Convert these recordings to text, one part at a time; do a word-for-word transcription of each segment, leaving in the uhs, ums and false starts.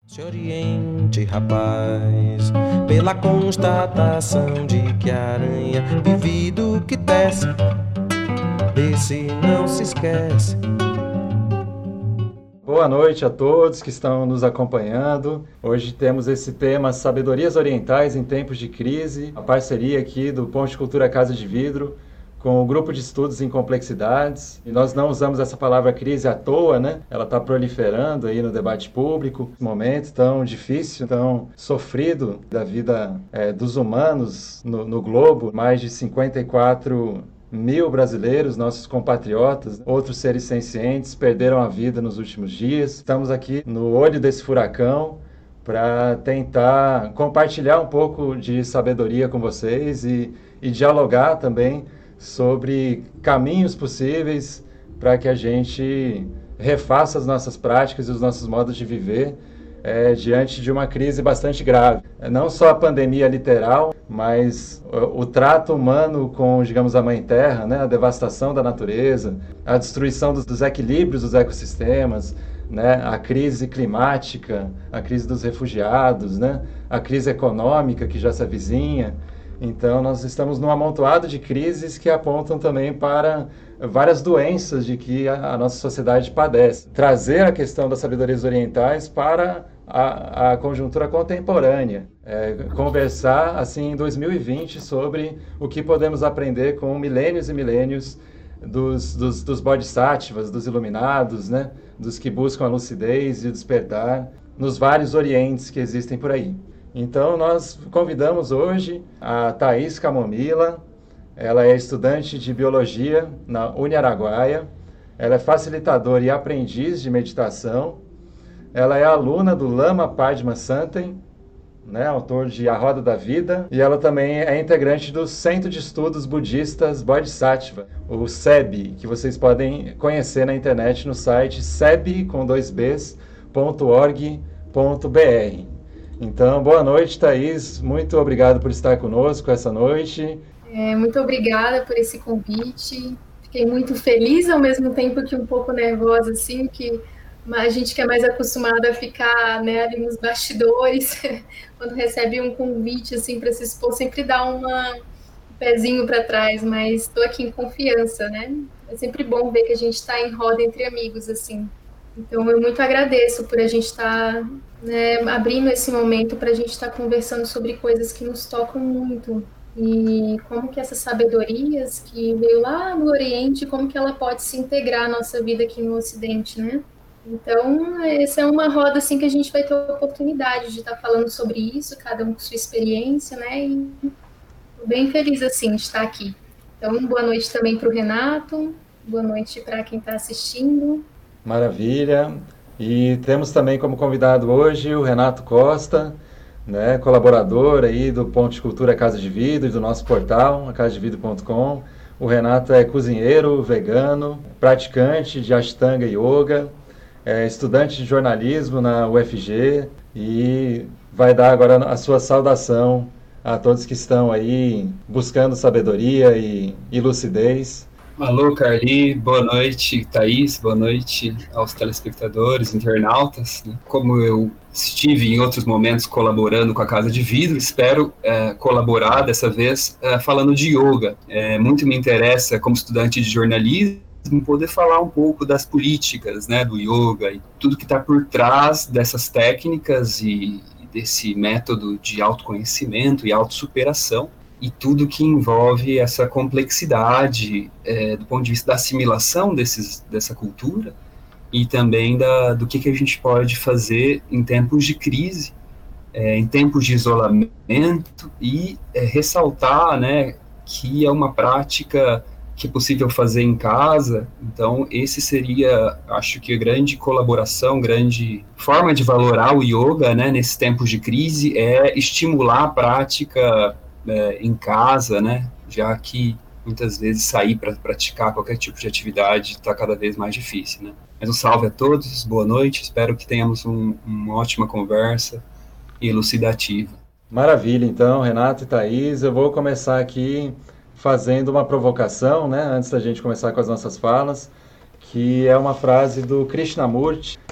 Se oriente, rapaz, pela constatação de que a aranha vive do que tece, desse não se esquece. Boa noite a todos que estão nos acompanhando. Hoje temos esse tema Sabedorias Orientais em Tempos de Crise, a parceria aqui do Ponte de Cultura Casa de Vidro com o Grupo de Estudos em Complexidades. E nós não usamos essa palavra crise à toa, né? Ela está proliferando aí no debate público. Um momento tão difícil, tão sofrido da vida é, dos humanos no, no globo. Mais de cinquenta e quatro mil brasileiros, nossos compatriotas, outros seres sencientes, perderam a vida nos últimos dias. Estamos aqui no olho desse furacão para tentar compartilhar um pouco de sabedoria com vocês e, e dialogar também sobre caminhos possíveis para que a gente refaça as nossas práticas e os nossos modos de viver é, diante de uma crise bastante grave. Não só a pandemia literal, mas o, o trato humano com, digamos, a Mãe Terra, né? A devastação da natureza, a destruição dos, dos equilíbrios dos ecossistemas, né? A crise climática, a crise dos refugiados, né? A crise econômica que já se avizinha. Então, nós estamos num amontoado de crises que apontam também para várias doenças de que a, a nossa sociedade padece. Trazer a questão das sabedorias orientais para a, a conjuntura contemporânea. É, conversar, assim, em dois mil e vinte sobre o que podemos aprender com milênios e milênios dos, dos, dos bodhisattvas, dos iluminados, né? Dos que buscam a lucidez e o despertar nos vários orientes que existem por aí. Então, nós convidamos hoje a Thaís Camomila. Ela é estudante de Biologia na Uniaraguaia. Ela é facilitadora e aprendiz de meditação. Ela é aluna do Lama Padma Santen, né, autor de A Roda da Vida. E ela também é integrante do Centro de Estudos Budistas Bodhisattva, o S E B, que vocês podem conhecer na internet no site seb com dois b's ponto org ponto br. Então, boa noite, Thaís. Muito obrigado por estar conosco essa noite. É, muito obrigada por esse convite. Fiquei muito feliz, ao mesmo tempo que um pouco nervosa, assim, que a gente que é mais acostumado a ficar, né, ali nos bastidores, quando recebe um convite assim, para se expor, sempre dá uma, um pezinho para trás, mas estou aqui em confiança, né? É sempre bom ver que a gente está em roda entre amigos, assim. Então, eu muito agradeço por a gente estar... Tá, né, abrindo esse momento para a gente estar tá conversando sobre coisas que nos tocam muito e como que essas sabedorias que veio lá no Oriente, como que ela pode se integrar à nossa vida aqui no Ocidente, né? Então, essa é uma roda assim que a gente vai ter a oportunidade de estar tá falando sobre isso, cada um com sua experiência, né? E tô bem feliz assim de estar aqui. Então, boa noite também para o Renato, boa noite para quem está assistindo. Maravilha. E temos também como convidado hoje o Renato Costa, né, colaborador aí do Ponte de Cultura Casa de Vidro e do nosso portal, a casa de vidro ponto com. O Renato é cozinheiro, vegano, praticante de Ashtanga Yoga, é estudante de jornalismo na U F G e vai dar agora a sua saudação a todos que estão aí buscando sabedoria e, e lucidez. Alô, Carli, boa noite, Thaís, boa noite aos telespectadores, internautas. Como eu estive em outros momentos colaborando com a Casa de Vidro, espero é, colaborar dessa vez é, falando de yoga. É, muito me interessa, como estudante de jornalismo, poder falar um pouco das políticas, né, do yoga e tudo que está por trás dessas técnicas e desse método de autoconhecimento e autossuperação. E tudo que envolve essa complexidade é, do ponto de vista da assimilação desses, dessa cultura e também da, do que, que a gente pode fazer em tempos de crise, é, em tempos de isolamento e é, ressaltar, né, que é uma prática que é possível fazer em casa. Então, esse seria, acho que a grande colaboração, grande forma de valorar o yoga, né, nesses tempos de crise é estimular a prática É, em casa, né, já que muitas vezes sair para praticar qualquer tipo de atividade está cada vez mais difícil, né. Mas um salve a todos, boa noite, espero que tenhamos um, uma ótima conversa e elucidativa. Maravilha, então, Renato e Thaís, eu vou começar aqui fazendo uma provocação, né, antes da gente começar com as nossas falas, que é uma frase do Krishnamurti,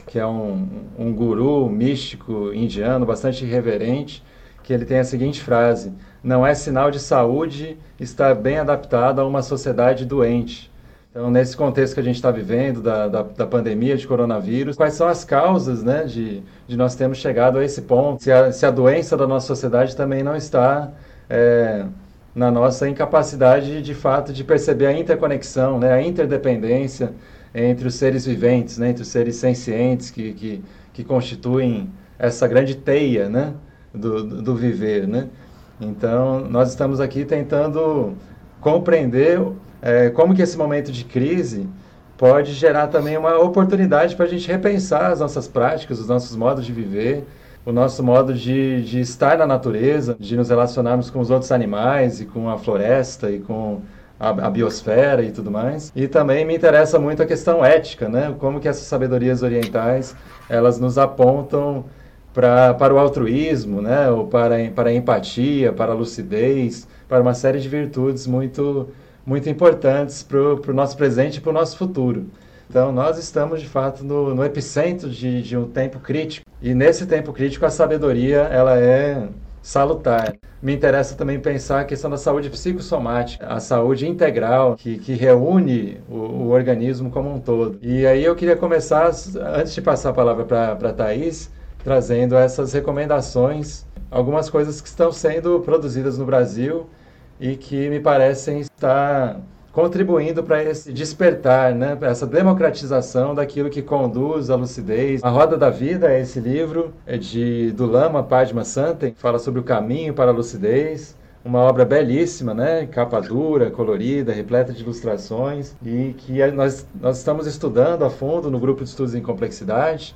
que é um, um guru místico indiano, bastante irreverente, que ele tem a seguinte frase: não é sinal de saúde estar bem adaptado a uma sociedade doente. Então, nesse contexto que a gente está vivendo, da, da, da pandemia de coronavírus, quais são as causas, né, de, de nós termos chegado a esse ponto? Se a, se a doença da nossa sociedade também não está é, na nossa incapacidade, de fato, de perceber a interconexão, né, a interdependência entre os seres viventes, né, entre os seres sencientes que, que, que constituem essa grande teia, né, do, do viver, né? Então, nós estamos aqui tentando compreender é, como que esse momento de crise pode gerar também uma oportunidade para a gente repensar as nossas práticas, os nossos modos de viver, o nosso modo de, de estar na natureza, de nos relacionarmos com os outros animais e com a floresta e com a, a biosfera e tudo mais. E também me interessa muito a questão ética, né? Como que essas sabedorias orientais, elas nos apontam Pra, para o altruísmo, né? Ou para, para a empatia, para a lucidez, para uma série de virtudes muito, muito importantes para o nosso presente e para o nosso futuro. Então, nós estamos, de fato, no, no epicentro de, de um tempo crítico. E nesse tempo crítico, a sabedoria ela é salutar. Me interessa também pensar a questão da saúde psicossomática, a saúde integral, que, que reúne o, o organismo como um todo. E aí eu queria começar, antes de passar a palavra para a Thaís, trazendo essas recomendações, algumas coisas que estão sendo produzidas no Brasil e que me parecem estar contribuindo para esse despertar, né, para essa democratização daquilo que conduz à lucidez. A Roda da Vida é esse livro é de, do Lama Padma Santen, que fala sobre o caminho para a lucidez, uma obra belíssima, né, capa dura, colorida, repleta de ilustrações, e que nós, nós estamos estudando a fundo no grupo de estudos em complexidade.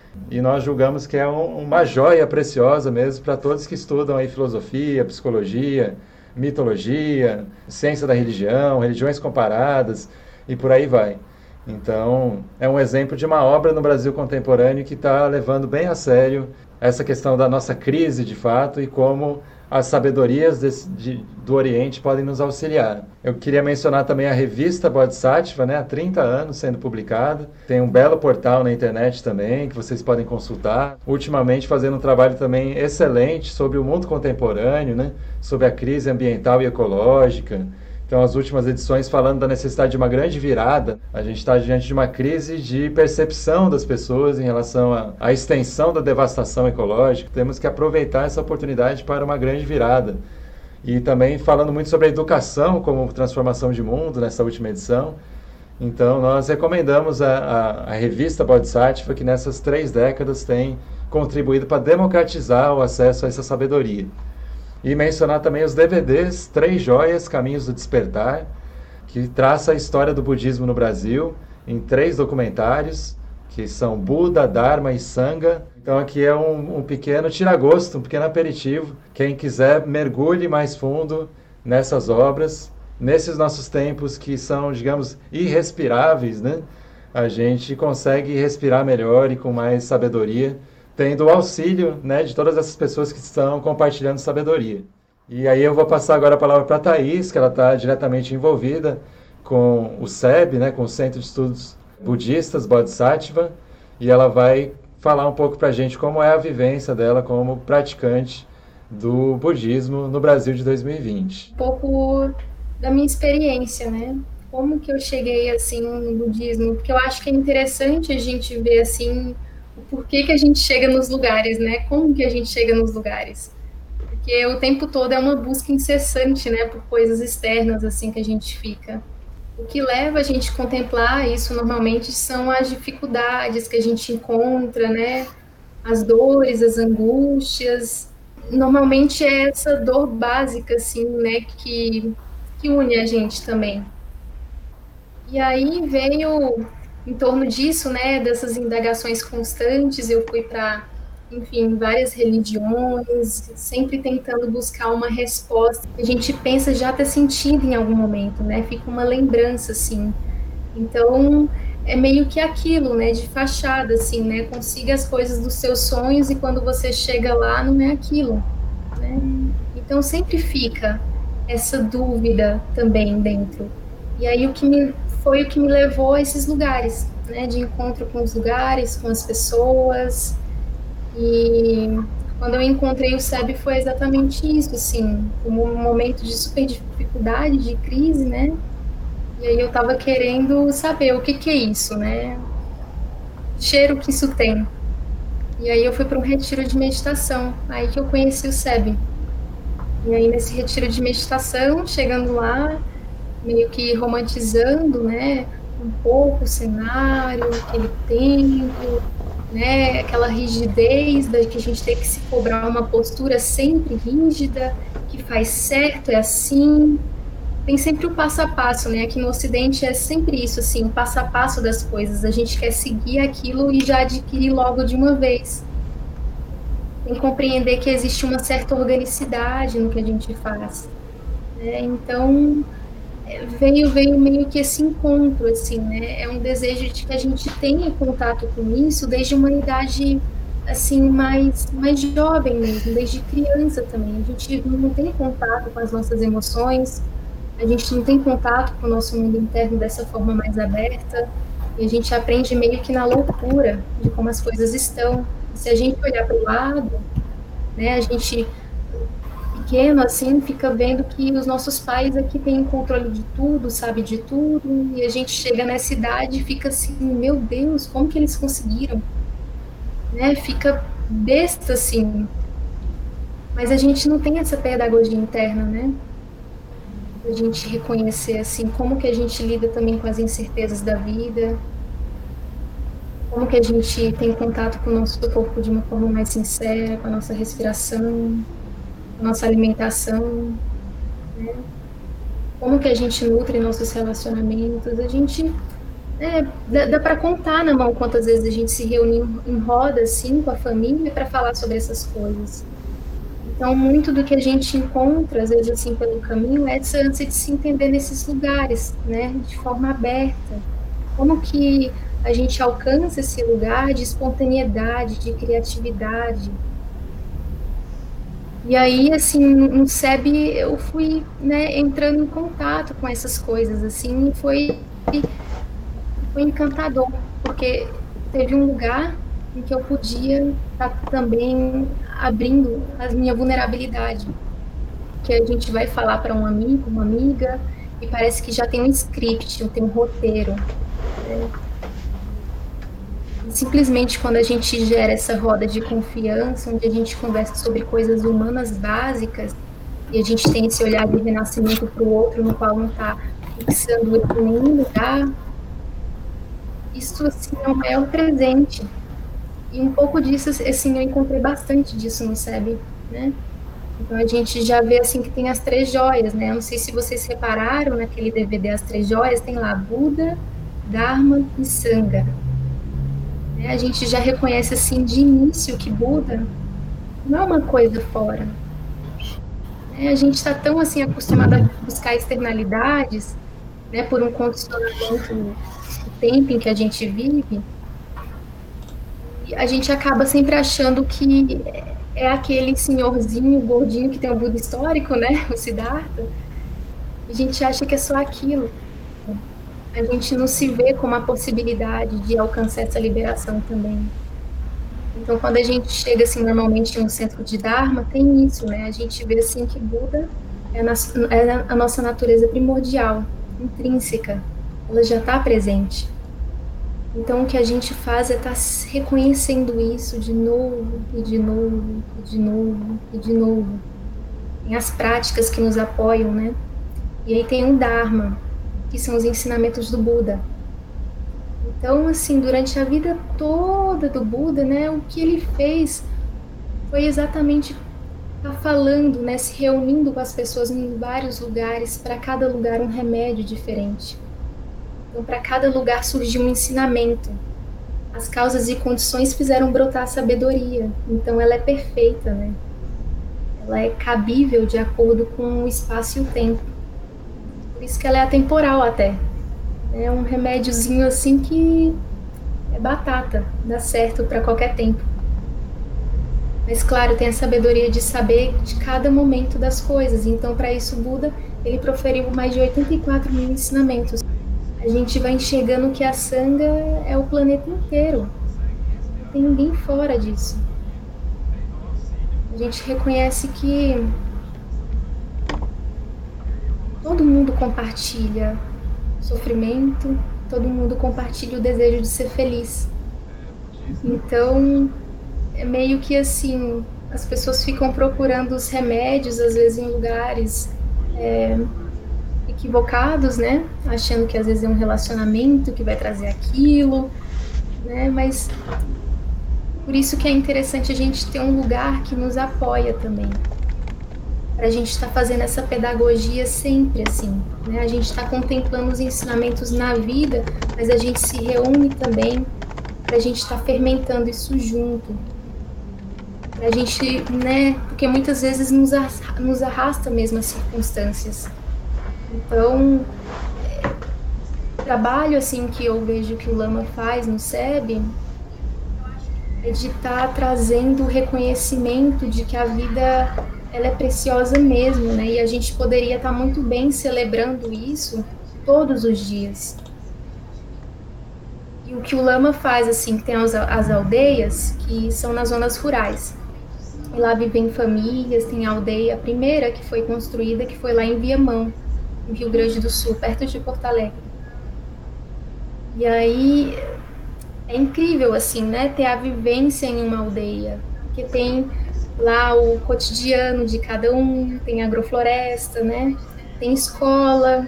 E nós julgamos que é um, uma joia preciosa mesmo para todos que estudam aí filosofia, psicologia, mitologia, ciência da religião, religiões comparadas e por aí vai. Então, é um exemplo de uma obra no Brasil contemporâneo que está levando bem a sério essa questão da nossa crise de fato e como as sabedorias desse, de, do Oriente podem nos auxiliar. Eu queria mencionar também a revista Bodhisattva, né, há trinta anos sendo publicada. Tem um belo portal na internet também, que vocês podem consultar. Ultimamente fazendo um trabalho também excelente sobre o mundo contemporâneo, né, sobre a crise ambiental e ecológica. Então, as últimas edições falando da necessidade de uma grande virada. A gente está diante de uma crise de percepção das pessoas em relação à, à extensão da devastação ecológica. Temos que aproveitar essa oportunidade para uma grande virada. E também falando muito sobre a educação como transformação de mundo nessa última edição. Então, nós recomendamos a, a, a revista Bodhisattva, que nessas três décadas tem contribuído para democratizar o acesso a essa sabedoria. E mencionar também os D V Ds Três Joias, Caminhos do Despertar, que traça a história do budismo no Brasil em três documentários, que são Buda, Dharma e Sangha. Então aqui é um, um pequeno tiragosto, um pequeno aperitivo. Quem quiser, mergulhe mais fundo nessas obras, nesses nossos tempos que são, digamos, irrespiráveis, né? A gente consegue respirar melhor e com mais sabedoria, tendo o auxílio, né, de todas essas pessoas que estão compartilhando sabedoria. E aí eu vou passar agora a palavra para a Thaís, que ela está diretamente envolvida com o S E B, né, com o Centro de Estudos Budistas Bodhisattva, e ela vai falar um pouco para a gente como é a vivência dela como praticante do budismo no Brasil de dois mil e vinte. Um pouco da minha experiência, né? Como que eu cheguei assim no budismo? Porque eu acho que é interessante a gente ver assim por que que a gente chega nos lugares, né? Como que a gente chega nos lugares? Porque o tempo todo é uma busca incessante, né? Por coisas externas, assim, que a gente fica. O que leva a gente a contemplar isso, normalmente, são as dificuldades que a gente encontra, né? As dores, as angústias. Normalmente é essa dor básica, assim, né? Que, que une a gente também. E aí veio... Em torno disso, né, dessas indagações constantes, eu fui para, enfim, várias religiões, sempre tentando buscar uma resposta. A gente pensa já ter sentido em algum momento, né, fica uma lembrança, assim. Então, é meio que aquilo, né, de fachada, assim, né, consiga as coisas dos seus sonhos e quando você chega lá, não é aquilo, né. Então, sempre fica essa dúvida também dentro. E aí, o que me... foi o que me levou a esses lugares, né, de encontro com os lugares, com as pessoas. E quando eu encontrei o S E B foi exatamente isso, assim, um momento de super dificuldade, de crise, né? E aí eu tava querendo saber o que que é isso, né? O cheiro que isso tem. E aí eu fui para um retiro de meditação, aí que eu conheci o S E B. E aí nesse retiro de meditação, chegando lá, meio que romantizando, né, um pouco o cenário, aquele templo, né, aquela rigidez da que a gente tem que se cobrar uma postura sempre rígida, que faz certo, é assim. Tem sempre o passo a passo, né? Aqui no Ocidente é sempre isso, assim, o passo a passo das coisas. A gente quer seguir aquilo e já adquirir logo de uma vez. Tem que compreender que existe uma certa organicidade no que a gente faz, né? Então, veio, veio meio que esse encontro, assim, né? É um desejo de que a gente tenha contato com isso desde uma idade, assim, mais, mais jovem mesmo, desde criança também. A gente não tem contato com as nossas emoções, a gente não tem contato com o nosso mundo interno dessa forma mais aberta, e a gente aprende meio que na loucura de como as coisas estão. Se a gente olhar para o lado, né, a gente, pequeno assim, fica vendo que os nossos pais aqui têm controle de tudo, sabe de tudo, e a gente chega nessa idade e fica assim, meu Deus, como que eles conseguiram? Né, fica besta assim. Mas a gente não tem essa pedagogia interna, né? A gente reconhecer assim como que a gente lida também com as incertezas da vida, como que a gente tem contato com o nosso corpo de uma forma mais sincera, com a nossa respiração, com a nossa alimentação, né? Como que a gente nutre nossos relacionamentos. A gente, é, dá, dá para contar na mão quantas vezes a gente se reúne em, em roda assim com a família para falar sobre essas coisas. Então, muito do que a gente encontra, às vezes, assim, pelo caminho, é essa ânsia de se entender nesses lugares, né, de forma aberta. Como que a gente alcança esse lugar de espontaneidade, de criatividade. E aí, assim, no S E B, eu fui, né, entrando em contato com essas coisas, assim, e foi, foi encantador, porque teve um lugar em que eu podia estar também abrindo a minha vulnerabilidade, que a gente vai falar para um amigo, uma amiga, e parece que já tem um script, tem um roteiro, né? E simplesmente quando a gente gera essa roda de confiança, onde a gente conversa sobre coisas humanas básicas, e a gente tem esse olhar de renascimento para o outro, no qual não está fixando ele em nenhum lugar, isso, assim, é o maior presente. E um pouco disso, assim, eu encontrei bastante disso no S E B, né? Então a gente já vê, assim, que tem as três joias, né? Eu não sei se vocês repararam naquele D V D As Três Joias, tem lá Buda, Dharma e Sangha. Né? A gente já reconhece, assim, de início que Buda não é uma coisa fora. Né? A gente está tão, assim, acostumado a buscar externalidades, né? Por um condicionamento do tempo em que a gente vive, a gente acaba sempre achando que é aquele senhorzinho gordinho que tem o Buda histórico, né, o Siddhartha. A gente acha que é só aquilo. A gente não se vê como a possibilidade de alcançar essa liberação também. Então, quando a gente chega, assim, normalmente em um centro de Dharma, tem isso, né? A gente vê, assim, que Buda é a, na- é a nossa natureza primordial, intrínseca. Ela já está presente. Então, o que a gente faz é estar reconhecendo isso de novo, e de novo, e de novo, e de novo. Tem as práticas que nos apoiam, né? E aí tem o Dharma, que são os ensinamentos do Buda. Então, assim, durante a vida toda do Buda, né, o que ele fez foi exatamente estar falando, né, se reunindo com as pessoas em vários lugares, para cada lugar um remédio diferente. Então, para cada lugar surgiu um ensinamento. As causas e condições fizeram brotar a sabedoria. Então, ela é perfeita, né? Ela é cabível de acordo com o espaço e o tempo. Por isso que ela é atemporal até. É um remédiozinho assim que é batata, dá certo para qualquer tempo. Mas, claro, tem a sabedoria de saber de cada momento das coisas. Então, para isso, o Buda, ele proferiu mais de oitenta e quatro mil ensinamentos. a gente vai enxergando que a Sangha é o planeta inteiro. Não tem ninguém fora disso. A gente reconhece que todo mundo compartilha sofrimento, todo mundo compartilha o desejo de ser feliz. Então, é meio que assim, as pessoas ficam procurando os remédios, às vezes, em lugares é, equivocados, né? Achando que às vezes é um relacionamento que vai trazer aquilo, né? Mas por isso que é interessante a gente ter um lugar que nos apoia também. Para a gente estar tá fazendo essa pedagogia sempre assim, né? A gente está contemplando os ensinamentos na vida, mas a gente se reúne também para a gente estar tá fermentando isso junto. Para a gente, né? Porque muitas vezes nos, nos arrasta mesmo as circunstâncias. Então, o trabalho assim que eu vejo que o Lama faz no S E B é de estar tá trazendo o reconhecimento de que a vida ela é preciosa mesmo, né? E a gente poderia estar tá muito bem celebrando isso todos os dias. E o que o Lama faz, assim, tem as, as aldeias que são nas zonas rurais. E lá vivem famílias, tem a aldeia primeira que foi construída, que foi lá em Viamão, no Rio Grande do Sul, perto de Porto Alegre. E aí é incrível, assim, né, ter a vivência em uma aldeia, porque tem lá o cotidiano de cada um, tem agrofloresta, né, tem escola,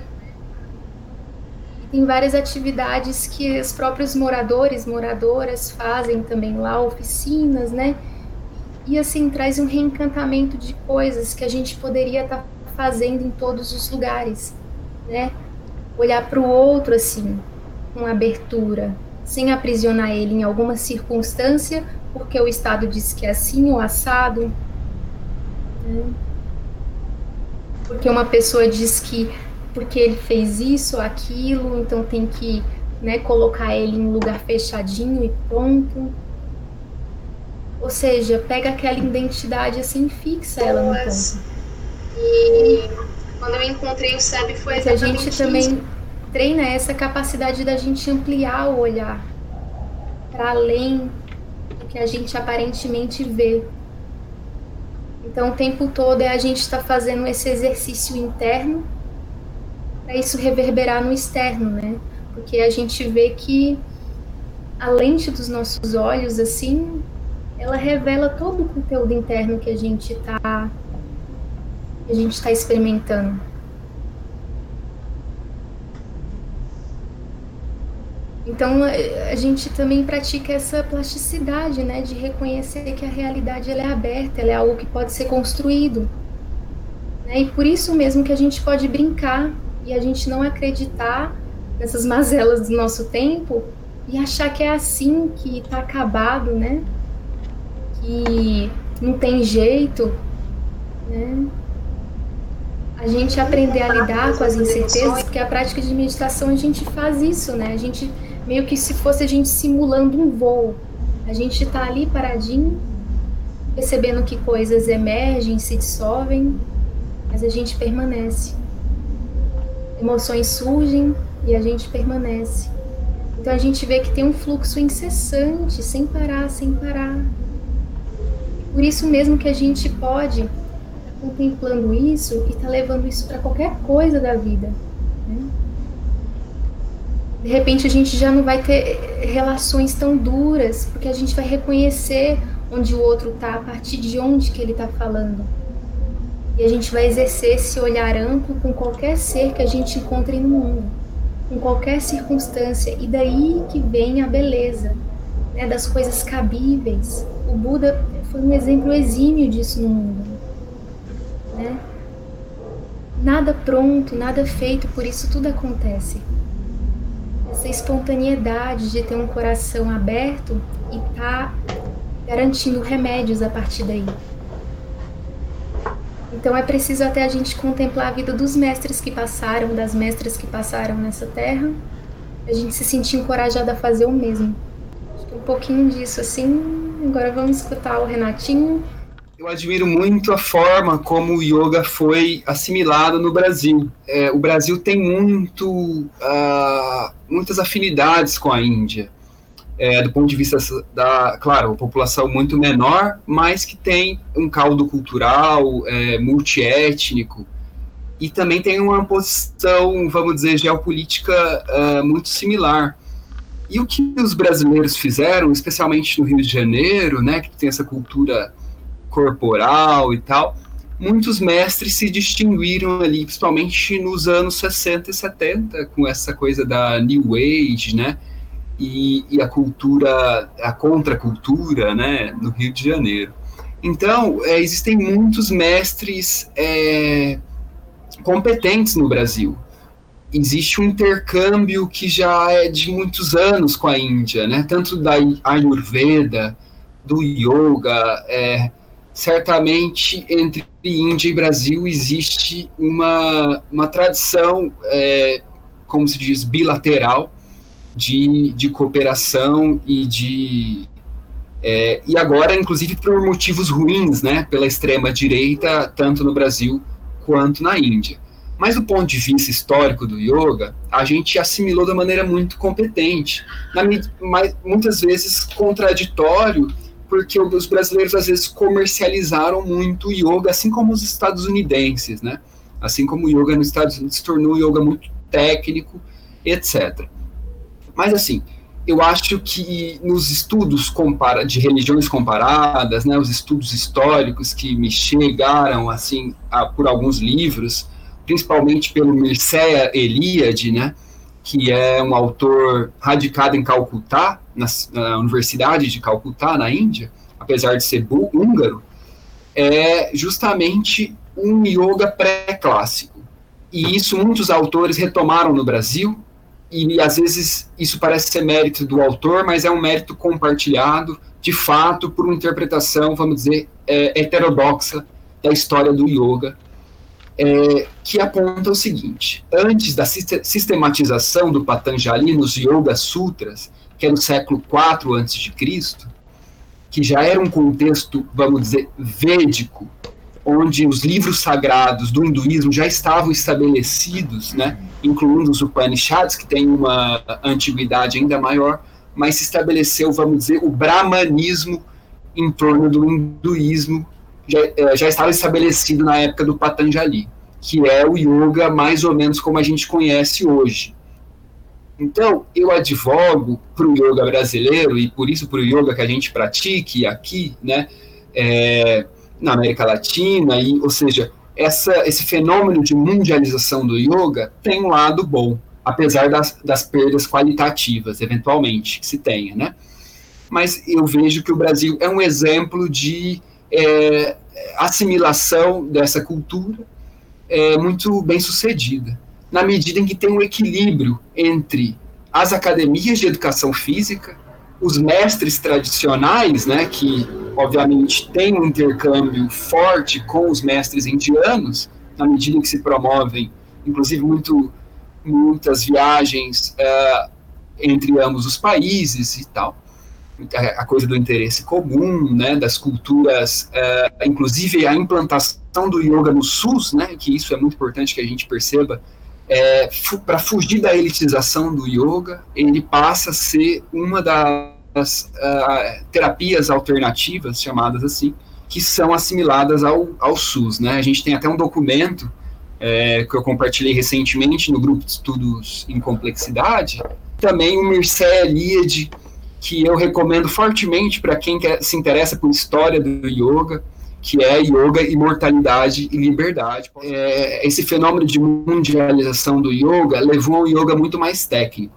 tem várias atividades que os próprios moradores, moradoras fazem também lá, oficinas, né, e assim, traz um reencantamento de coisas que a gente poderia estar fazendo em todos os lugares, né, olhar para o outro, assim, com abertura, sem aprisionar ele em alguma circunstância, porque o Estado diz que é assim ou assado, né? Porque uma pessoa diz que porque ele fez isso ou aquilo, então tem que, né, colocar ele em um lugar fechadinho e pronto. Ou seja, pega aquela identidade assim e fixa ela no ponto. E quando eu encontrei o S E B foi Mas a exatamente gente também isso. treina essa capacidade da gente ampliar o olhar para além do que a gente aparentemente vê. Então, o tempo todo é a gente estar tá fazendo esse exercício interno para isso reverberar no externo, né? Porque a gente vê que a lente dos nossos olhos, assim, ela revela todo o conteúdo interno que a gente está que a gente está experimentando. Então, a gente também pratica essa plasticidade, né, de reconhecer que a realidade ela é aberta, ela é algo que pode ser construído. Né, e por isso mesmo que a gente pode brincar e a gente não acreditar nessas mazelas do nosso tempo e achar que é assim, que está acabado, né, que não tem jeito, né. A gente aprender a lidar com as incertezas, porque a prática de meditação a gente faz isso, né, a gente meio que se fosse a gente simulando um voo. A gente tá ali paradinho, percebendo que coisas emergem, se dissolvem, mas a gente permanece. Emoções surgem e a gente permanece. Então a gente vê que tem um fluxo incessante, sem parar, sem parar. Por isso mesmo que a gente pode estar contemplando isso e tá levando isso para qualquer coisa da vida, né? De repente a gente já não vai ter relações tão duras, porque a gente vai reconhecer onde o outro está, a partir de onde que ele está falando. E a gente vai exercer esse olhar amplo com qualquer ser que a gente encontre no mundo, com qualquer circunstância. E daí que vem a beleza, né, das coisas cabíveis. O Buda foi um exemplo exímio disso no mundo, né? Nada pronto, nada feito, por isso tudo acontece. Essa espontaneidade de ter um coração aberto e tá garantindo remédios a partir daí. Então é preciso até a gente contemplar a vida dos mestres que passaram, das mestras que passaram nessa terra, a gente se sentir encorajada a fazer o mesmo. Acho que um pouquinho disso assim. Agora vamos escutar o Renatinho. Eu admiro muito a forma como o yoga foi assimilado no Brasil. É, o Brasil tem muito, uh, muitas afinidades com a Índia, é, do ponto de vista da, claro, a população muito menor, mas que tem um caldo cultural, é, multiétnico, e também tem uma posição, vamos dizer, geopolítica uh, muito similar. E o que os brasileiros fizeram, especialmente no Rio de Janeiro, né, que tem essa cultura corporal e tal, muitos mestres se distinguiram ali, principalmente nos anos sessenta e setenta, com essa coisa da New Age, né, e, e a cultura, a contracultura, né, no Rio de Janeiro. Então, é, existem muitos mestres é, competentes no Brasil. Existe um intercâmbio que já é de muitos anos com a Índia, né, tanto da Ayurveda, do yoga, é, certamente entre Índia e Brasil existe uma, uma tradição, é, como se diz, bilateral de, de cooperação e de... É, e agora, inclusive, por motivos ruins, né, pela extrema-direita, tanto no Brasil quanto na Índia. Mas do ponto de vista histórico do yoga, a gente assimilou de maneira muito competente, na, mas, muitas vezes contraditório, porque os brasileiros às vezes comercializaram muito o yoga, assim como os estadunidenses, né? Assim como o yoga nos Estados Unidos se tornou um yoga muito técnico, etcétera. Mas assim, eu acho que nos estudos compara de religiões comparadas, né, os estudos históricos que me chegaram assim a, por alguns livros, principalmente pelo Mircea Eliade, né, que é um autor radicado em Calcutá, na, na Universidade de Calcutá, na Índia, apesar de ser húngaro, é justamente um yoga pré-clássico. E isso muitos autores retomaram no Brasil, e às vezes isso parece ser mérito do autor, mas é um mérito compartilhado, de fato, por uma interpretação, vamos dizer, é, heterodoxa da história do yoga, É, que aponta o seguinte: antes da sistematização do Patanjali nos Yoga Sutras, que é no século quatro antes de Cristo, que já era um contexto, vamos dizer, védico, onde os livros sagrados do hinduísmo já estavam estabelecidos, né, incluindo os Upanishads, que têm uma antiguidade ainda maior, mas se estabeleceu, vamos dizer, o brahmanismo em torno do hinduísmo, Já, já estava estabelecido na época do Patanjali, que é o yoga mais ou menos como a gente conhece hoje. Então, eu advogo para o yoga brasileiro, e por isso para o yoga que a gente pratique aqui, né, é, na América Latina, e, ou seja, essa, esse fenômeno de mundialização do yoga tem um lado bom, apesar das, das perdas qualitativas, eventualmente, que se tenha, né? Mas eu vejo que o Brasil é um exemplo de É, assimilação dessa cultura é muito bem sucedida, na medida em que tem um equilíbrio entre as academias de educação física, os mestres tradicionais, né, que obviamente têm um intercâmbio forte com os mestres indianos, na medida em que se promovem, inclusive, muito, muitas viagens uh, entre ambos os países e tal, a coisa do interesse comum, né, das culturas, uh, inclusive a implantação do yoga no SUS, né, que isso é muito importante que a gente perceba, é, fu para fugir da elitização do yoga, ele passa a ser uma das uh, terapias alternativas, chamadas assim, que são assimiladas ao, ao SUS, né. A gente tem até um documento é, que eu compartilhei recentemente no grupo de estudos em complexidade, também o Mircea Eliade, que eu recomendo fortemente para quem quer, se interessa por história do yoga, que é Yoga, Imortalidade e Liberdade. É, esse fenômeno de mundialização do yoga levou a um yoga muito mais técnico.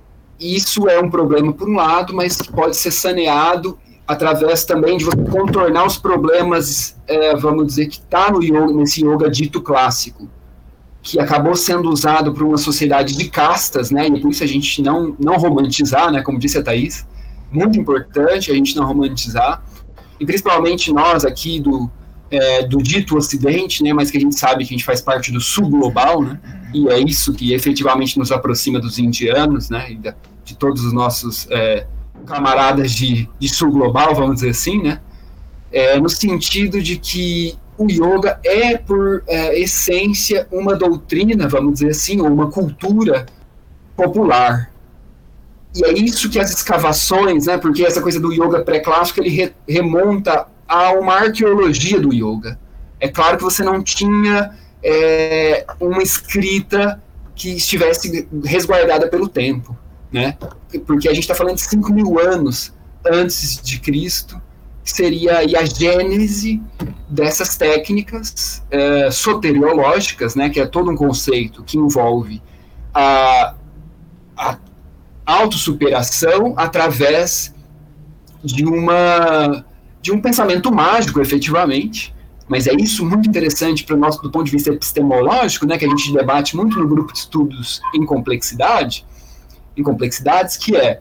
Isso é um problema por um lado, mas pode ser saneado através também de você contornar os problemas, é, vamos dizer, que está no yoga, nesse yoga dito clássico, que acabou sendo usado por uma sociedade de castas, né, e por isso a gente não, não romantizar, né, como disse a Thaís, muito importante a gente não romantizar, e principalmente nós aqui do, é, do dito Ocidente, né, mas que a gente sabe que a gente faz parte do Sul global, né, e é isso que efetivamente nos aproxima dos indianos, né, e da, de todos os nossos é, camaradas de, de Sul global, vamos dizer assim, né, é, no sentido de que o yoga é, por é, essência, uma doutrina, vamos dizer assim, ou uma cultura popular. E é isso que as escavações, né, porque essa coisa do yoga pré-clássico, ele re, remonta a uma arqueologia do yoga. É claro que você não tinha é, uma escrita que estivesse resguardada pelo tempo, né? Porque a gente está falando de cinco mil anos antes de Cristo, que seria aí a gênese dessas técnicas é, soteriológicas, né? Que é todo um conceito que envolve a, a autossuperação através de, uma, de um pensamento mágico, efetivamente. Mas é isso muito interessante para o nosso, do ponto de vista epistemológico, né, que a gente debate muito no grupo de estudos em complexidade, em complexidades, que é,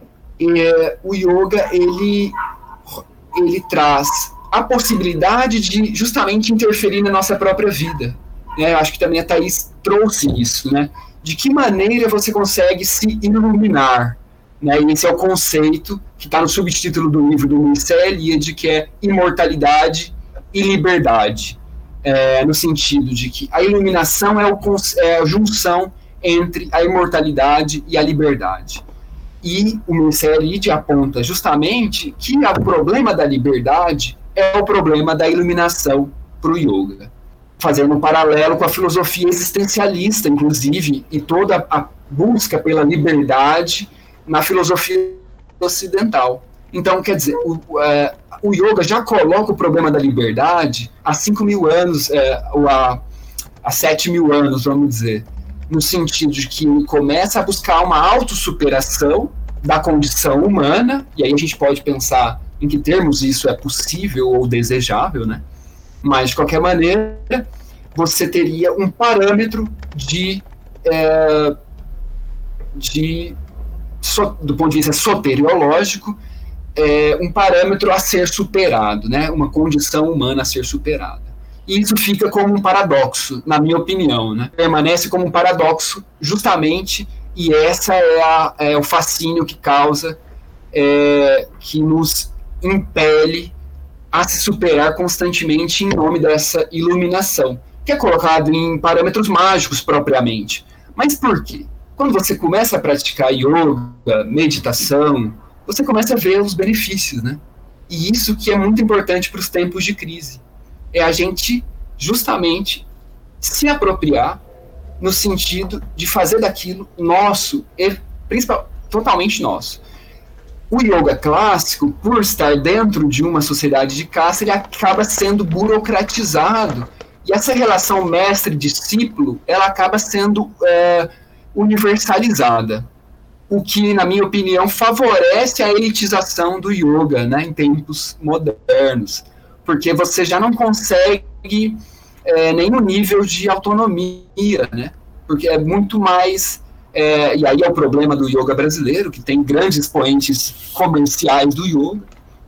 é o yoga, ele, ele traz a possibilidade de justamente interferir na nossa própria vida. Né? Eu acho que também a Thaís trouxe isso, né? De que maneira você consegue se iluminar, né? E esse é o conceito que está no subtítulo do livro do Mircea Eliade, que é imortalidade e liberdade, é, no sentido de que a iluminação é, o, é a junção entre a imortalidade e a liberdade. E o Mircea Eliade aponta justamente que o problema da liberdade é o problema da iluminação para o yoga, fazendo um paralelo com a filosofia existencialista, inclusive, e toda a busca pela liberdade na filosofia ocidental. Então, quer dizer, o, é, o yoga já coloca o problema da liberdade há cinco mil anos, é, ou há, há sete mil anos, vamos dizer, no sentido de que ele começa a buscar uma autossuperação da condição humana, e aí a gente pode pensar em que termos isso é possível ou desejável, né? Mas, de qualquer maneira, você teria um parâmetro de, é, de so, do ponto de vista soteriológico, é, um parâmetro a ser superado, né? Uma condição humana a ser superada. E isso fica como um paradoxo, na minha opinião, né? Permanece como um paradoxo, justamente, e essa é, a, é o fascínio que causa, é, que nos impele a se superar constantemente em nome dessa iluminação, que é colocado em parâmetros mágicos propriamente. Mas por quê? Quando você começa a praticar yoga, meditação, você começa a ver os benefícios, né? E isso que é muito importante para os tempos de crise. É a gente, justamente, se apropriar no sentido de fazer daquilo nosso, e principal, totalmente nosso. O yoga clássico, por estar dentro de uma sociedade de caste, ele acaba sendo burocratizado. E essa relação mestre-discípulo, ela acaba sendo é, universalizada. O que, na minha opinião, favorece a elitização do yoga, né, em tempos modernos. Porque você já não consegue é, nenhum nível de autonomia, né? Porque é muito mais... É, e aí é o problema do yoga brasileiro, que tem grandes expoentes comerciais do yoga,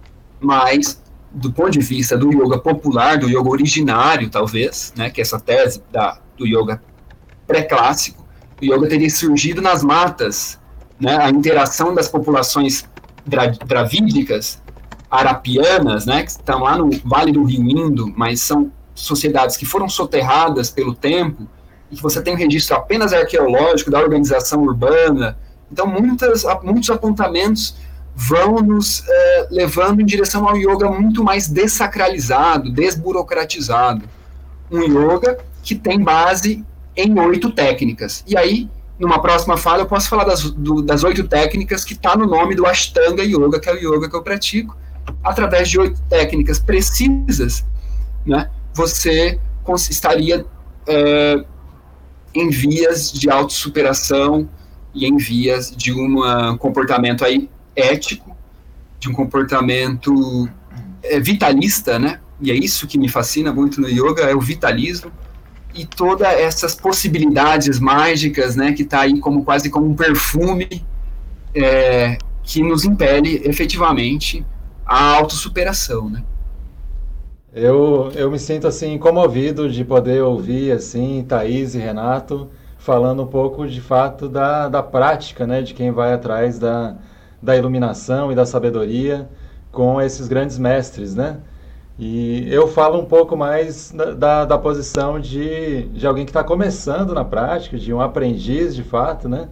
mas, do ponto de vista do yoga popular, do yoga originário, talvez, né, que é essa tese da, do yoga pré-clássico, o yoga teria surgido nas matas, né, a interação das populações dra, dravídicas, arapianas, né, que estão lá no Vale do Rio Indo, mas são sociedades que foram soterradas pelo tempo, e que você tem um registro apenas arqueológico da organização urbana. Então, muitas, muitos apontamentos vão nos é, levando em direção ao yoga muito mais dessacralizado, desburocratizado. Um yoga que tem base em oito técnicas. E aí, numa próxima fala, eu posso falar das, do, das oito técnicas que está no nome do Ashtanga Yoga, que é o yoga que eu pratico. Através de oito técnicas precisas, né, você estaria é, em vias de autossuperação e em vias de um comportamento aí ético, de um comportamento é, vitalista, né? E é isso que me fascina muito no yoga, é o vitalismo e todas essas possibilidades mágicas, né, que está aí como quase como um perfume é, que nos impele efetivamente a autossuperação, né? Eu, eu me sinto assim comovido de poder ouvir assim Thaís e Renato falando um pouco de fato da, da prática, né, de quem vai atrás da, da iluminação e da sabedoria com esses grandes mestres, né? E eu falo um pouco mais da, da posição de, de alguém que está começando na prática, de um aprendiz de fato, né?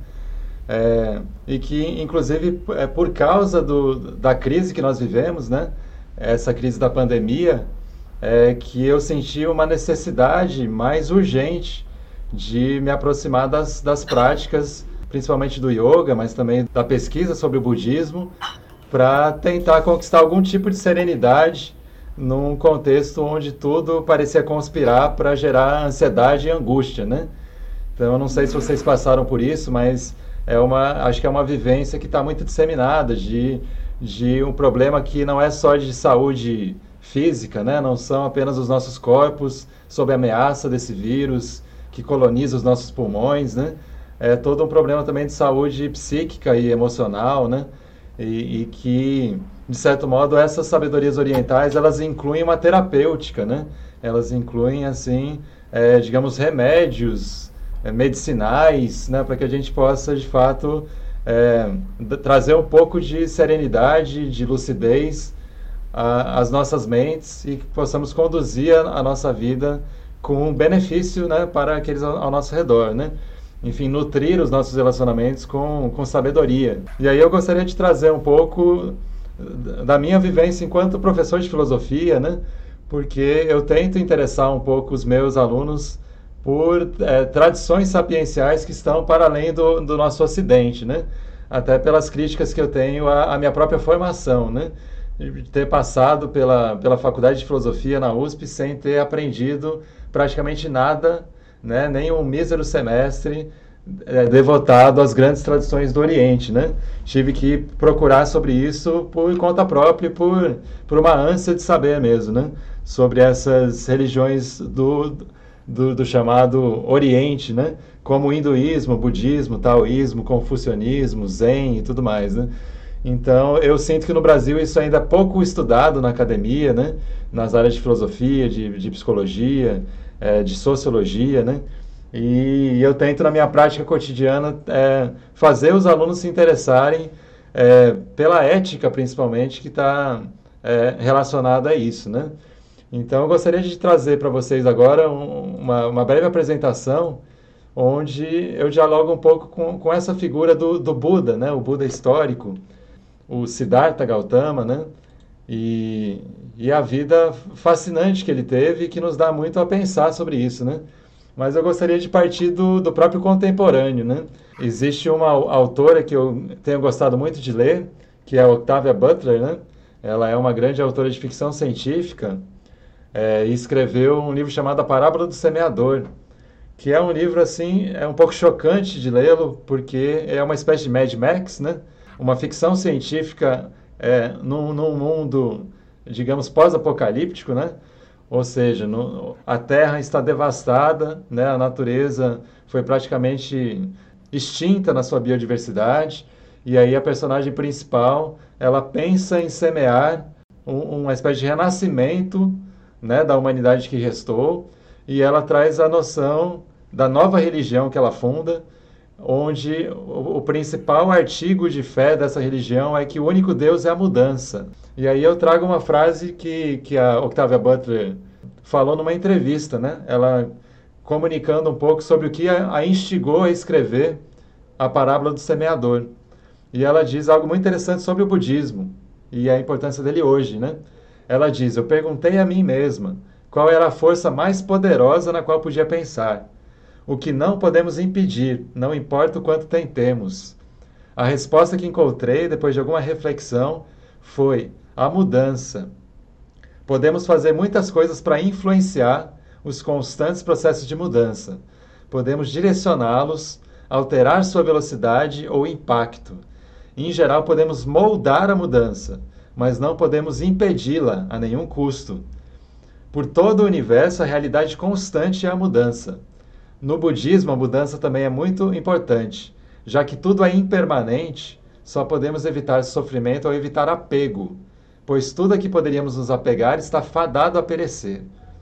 É, e que, inclusive, é por causa do, da crise que nós vivemos, né? Essa crise da pandemia, é que eu senti uma necessidade mais urgente de me aproximar das, das práticas, principalmente do yoga, mas também da pesquisa sobre o budismo, para tentar conquistar algum tipo de serenidade num contexto onde tudo parecia conspirar para gerar ansiedade e angústia, né? Então, eu não sei se vocês passaram por isso, mas é uma, acho que é uma vivência que está muito disseminada de, de um problema que não é só de saúde física, né? Não são apenas os nossos corpos sob a ameaça desse vírus que coloniza os nossos pulmões, né? É todo um problema também de saúde psíquica e emocional, né? E, e que, de certo modo, essas sabedorias orientais, elas incluem uma terapêutica, né? Elas incluem, assim, é, digamos, remédios é, medicinais, né? Para que a gente possa, de fato, é, trazer um pouco de serenidade, de lucidez a, às nossas mentes e que possamos conduzir a, a nossa vida com benefício, né? Para aqueles ao, ao nosso redor, né? Enfim, nutrir os nossos relacionamentos com, com sabedoria. E aí eu gostaria de trazer um pouco da minha vivência enquanto professor de filosofia, né? Porque eu tento interessar um pouco os meus alunos por é, tradições sapienciais que estão para além do, do nosso ocidente, né? Até pelas críticas que eu tenho à, à minha própria formação, né? De ter passado pela, pela faculdade de filosofia na U S P sem ter aprendido praticamente nada, né, nem um mísero semestre é, devotado às grandes tradições do Oriente, né? Tive que procurar sobre isso por conta própria, por, por uma ânsia de saber mesmo, né? Sobre essas religiões do, do, do chamado Oriente, né? Como o hinduísmo, budismo, taoísmo, confucionismo, zen e tudo mais, né? Então, eu sinto que no Brasil isso ainda é pouco estudado na academia, né? Nas áreas de filosofia, de, de psicologia, É, de sociologia, né? E eu tento na minha prática cotidiana é, fazer os alunos se interessarem é, pela ética, principalmente, que está é, relacionada a isso, né? Então, eu gostaria de trazer para vocês agora um, uma, uma breve apresentação onde eu dialogo um pouco com, com essa figura do, do Buda, né? O Buda histórico, o Siddhartha Gautama, né? E, e a vida fascinante que ele teve, que nos dá muito a pensar sobre isso, né? Mas eu gostaria de partir do, do próprio contemporâneo, né? Existe uma autora que eu tenho gostado muito de ler, que é a Octavia Butler, né? Ela é uma grande autora de ficção científica é, e escreveu um livro chamado A Parábola do Semeador, que é um livro, assim, é um pouco chocante de lê-lo, porque é uma espécie de Mad Max, né? Uma ficção científica É, num, num mundo, digamos, pós-apocalíptico, né? Ou seja, no, a Terra está devastada, né? A natureza foi praticamente extinta na sua biodiversidade, e aí a personagem principal, ela pensa em semear um, uma espécie de renascimento, né? Da humanidade que restou, e ela traz a noção da nova religião que ela funda, onde o, o principal artigo de fé dessa religião é que o único Deus é a mudança. E aí eu trago uma frase que, que a Octavia Butler falou numa entrevista, né? Ela comunicando um pouco sobre o que a, a instigou a escrever a Parábola do Semeador. E ela diz algo muito interessante sobre o budismo e a importância dele hoje, né? Ela diz: eu perguntei a mim mesma qual era a força mais poderosa na qual podia pensar. O que não podemos impedir, não importa o quanto tentemos. A resposta que encontrei, depois de alguma reflexão, foi a mudança. Podemos fazer muitas coisas para influenciar os constantes processos de mudança. Podemos direcioná-los, alterar sua velocidade ou impacto. Em geral, podemos moldar a mudança, mas não podemos impedi-la a nenhum custo. Por todo o universo, a realidade constante é a mudança. No budismo, a mudança também é muito importante. Já que tudo é impermanente, só podemos evitar sofrimento ou evitar apego, pois tudo a que poderíamos nos apegar está fadado a perecer.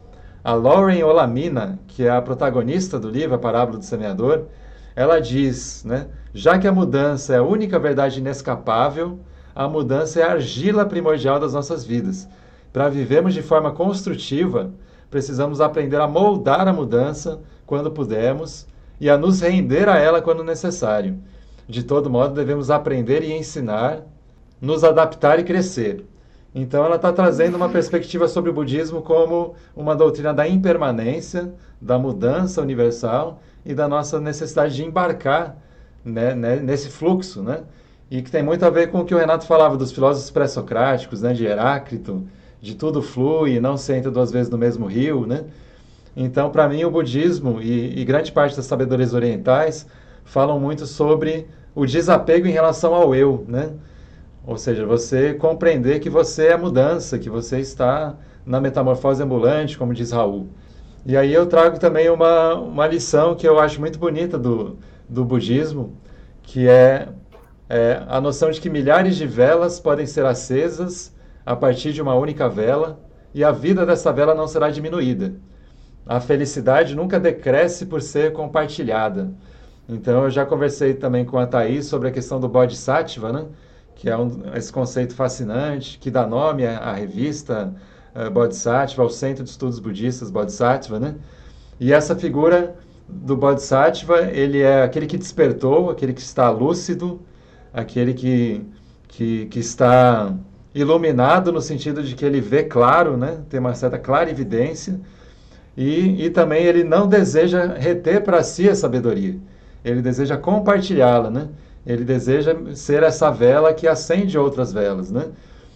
A Lauren Olamina, que é a protagonista do livro A Parábola do Semeador, ela diz, né, já que a mudança é a única verdade inescapável, a mudança é a argila primordial das nossas vidas. Para vivermos de forma construtiva, precisamos aprender a moldar a mudança quando pudermos e a nos render a ela quando necessário. De todo modo, devemos aprender e ensinar, nos adaptar e crescer. Então, ela está trazendo uma perspectiva sobre o budismo como uma doutrina da impermanência, da mudança universal e da nossa necessidade de embarcar, né, né, nesse fluxo, né? E que tem muito a ver com o que o Renato falava dos filósofos pré-socráticos, né, de Heráclito, de tudo flui, não se entra duas vezes no mesmo rio, né? Então, para mim, o budismo e, e grande parte das sabedorias orientais falam muito sobre o desapego em relação ao eu, né? Ou seja, você compreender que você é a mudança, que você está na metamorfose ambulante, como diz Raul. E aí eu trago também uma, uma lição que eu acho muito bonita do, do budismo, que é, é a noção de que milhares de velas podem ser acesas a partir de uma única vela, e a vida dessa vela não será diminuída. A felicidade nunca decresce por ser compartilhada. Então eu já conversei também com a Thaís sobre a questão do Bodhisattva, né? Que é um, esse conceito fascinante, que dá nome à, à revista uh, Bodhisattva, ao Centro de Estudos Budistas Bodhisattva, né? E essa figura do Bodhisattva, ele é aquele que despertou, aquele que está lúcido, aquele que, que, que está iluminado no sentido de que ele vê claro, né? Tem uma certa clarividência, e, e também ele não deseja reter para si a sabedoria, ele deseja compartilhá-la, né? Ele deseja ser essa vela que acende outras velas, né?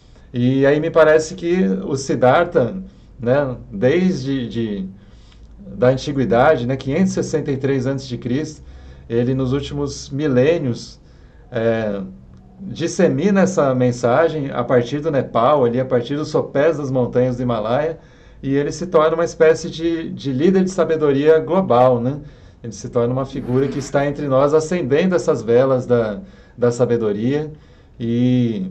E aí me parece que o Siddhartha, né, desde de, da antiguidade, né, quinhentos e sessenta e três antes de Cristo, ele nos últimos milênios é, dissemina essa mensagem a partir do Nepal, ali, a partir dos sopés das montanhas do Himalaia, e ele se torna uma espécie de, de líder de sabedoria global, né? Ele se torna uma figura que está entre nós, acendendo essas velas da, da sabedoria e,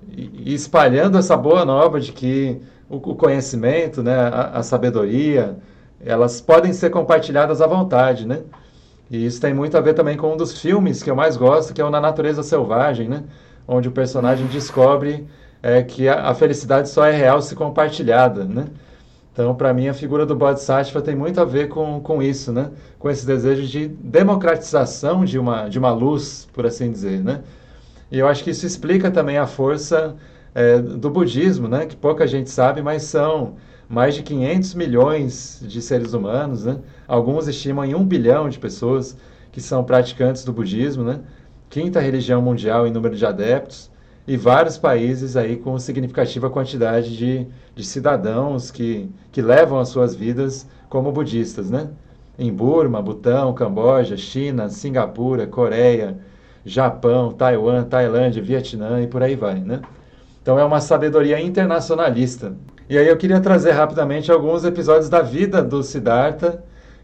e espalhando essa boa nova de que o, o conhecimento, né, a, a sabedoria, elas podem ser compartilhadas à vontade, né? E isso tem muito a ver também com um dos filmes que eu mais gosto, que é o Na Natureza Selvagem, né? Onde o personagem descobre é, que a, a felicidade só é real se compartilhada, né? Então, para mim, a figura do Bodhisattva tem muito a ver com, com isso, né? Com esse desejo de democratização de uma, de uma luz, por assim dizer, né? E eu acho que isso explica também a força é, do budismo, né? Que pouca gente sabe, mas são mais de quinhentos milhões de seres humanos, né? Alguns estimam em um bilhão de pessoas que são praticantes do budismo, né? Quinta religião mundial em número de adeptos, e vários países aí com significativa quantidade de, de cidadãos que, que levam as suas vidas como budistas, né? Em Burma, Butão, Camboja, China, Singapura, Coreia, Japão, Taiwan, Tailândia, Vietnã e por aí vai, né? Então é uma sabedoria internacionalista. E aí eu queria trazer rapidamente alguns episódios da vida do Siddhartha,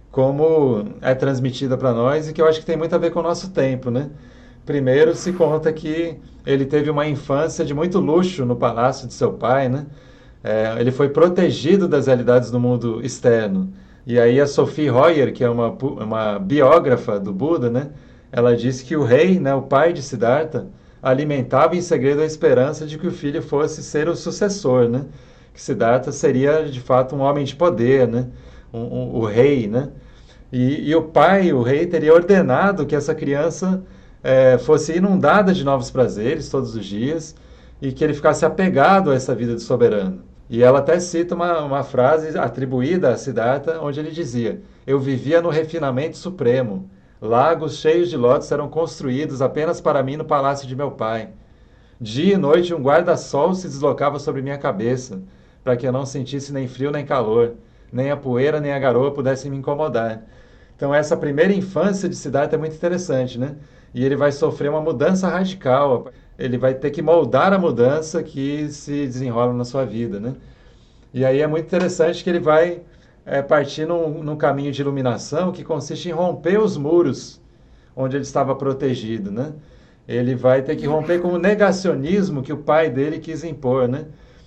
como é transmitida para nós e que eu acho que tem muito a ver com o nosso tempo, né? Primeiro se conta que ele teve uma infância de muito luxo no palácio de seu pai, né? É, ele foi protegido das realidades do mundo externo. E aí a Sophie Royer, que é uma, uma biógrafa do Buda, né? Ela disse que o rei, né, o pai de Siddhartha, alimentava em segredo a esperança de que o filho fosse ser o sucessor, né? Que Siddhartha seria, de fato, um homem de poder, né? Um, um, o rei, né? E, e o pai, o rei, teria ordenado que essa criança é, fosse inundada de novos prazeres todos os dias e que ele ficasse apegado a essa vida de soberano. E ela até cita uma, uma frase atribuída a Siddhartha, onde ele dizia: eu vivia no refinamento supremo. Lagos cheios de lótus eram construídos apenas para mim no palácio de meu pai. Dia e noite um guarda-sol se deslocava sobre minha cabeça, para que eu não sentisse nem frio nem calor, nem a poeira nem a garoa pudessem me incomodar. Então essa primeira infância de Siddhartha é muito interessante, né? E ele vai sofrer uma mudança radical, ele vai ter que moldar a mudança que se desenrola na sua vida, né? E aí é muito interessante que ele vai é, partir num, num caminho de iluminação que consiste em romper os muros onde ele estava protegido, né? Ele vai ter que romper com o negacionismo que o pai dele quis impor, né?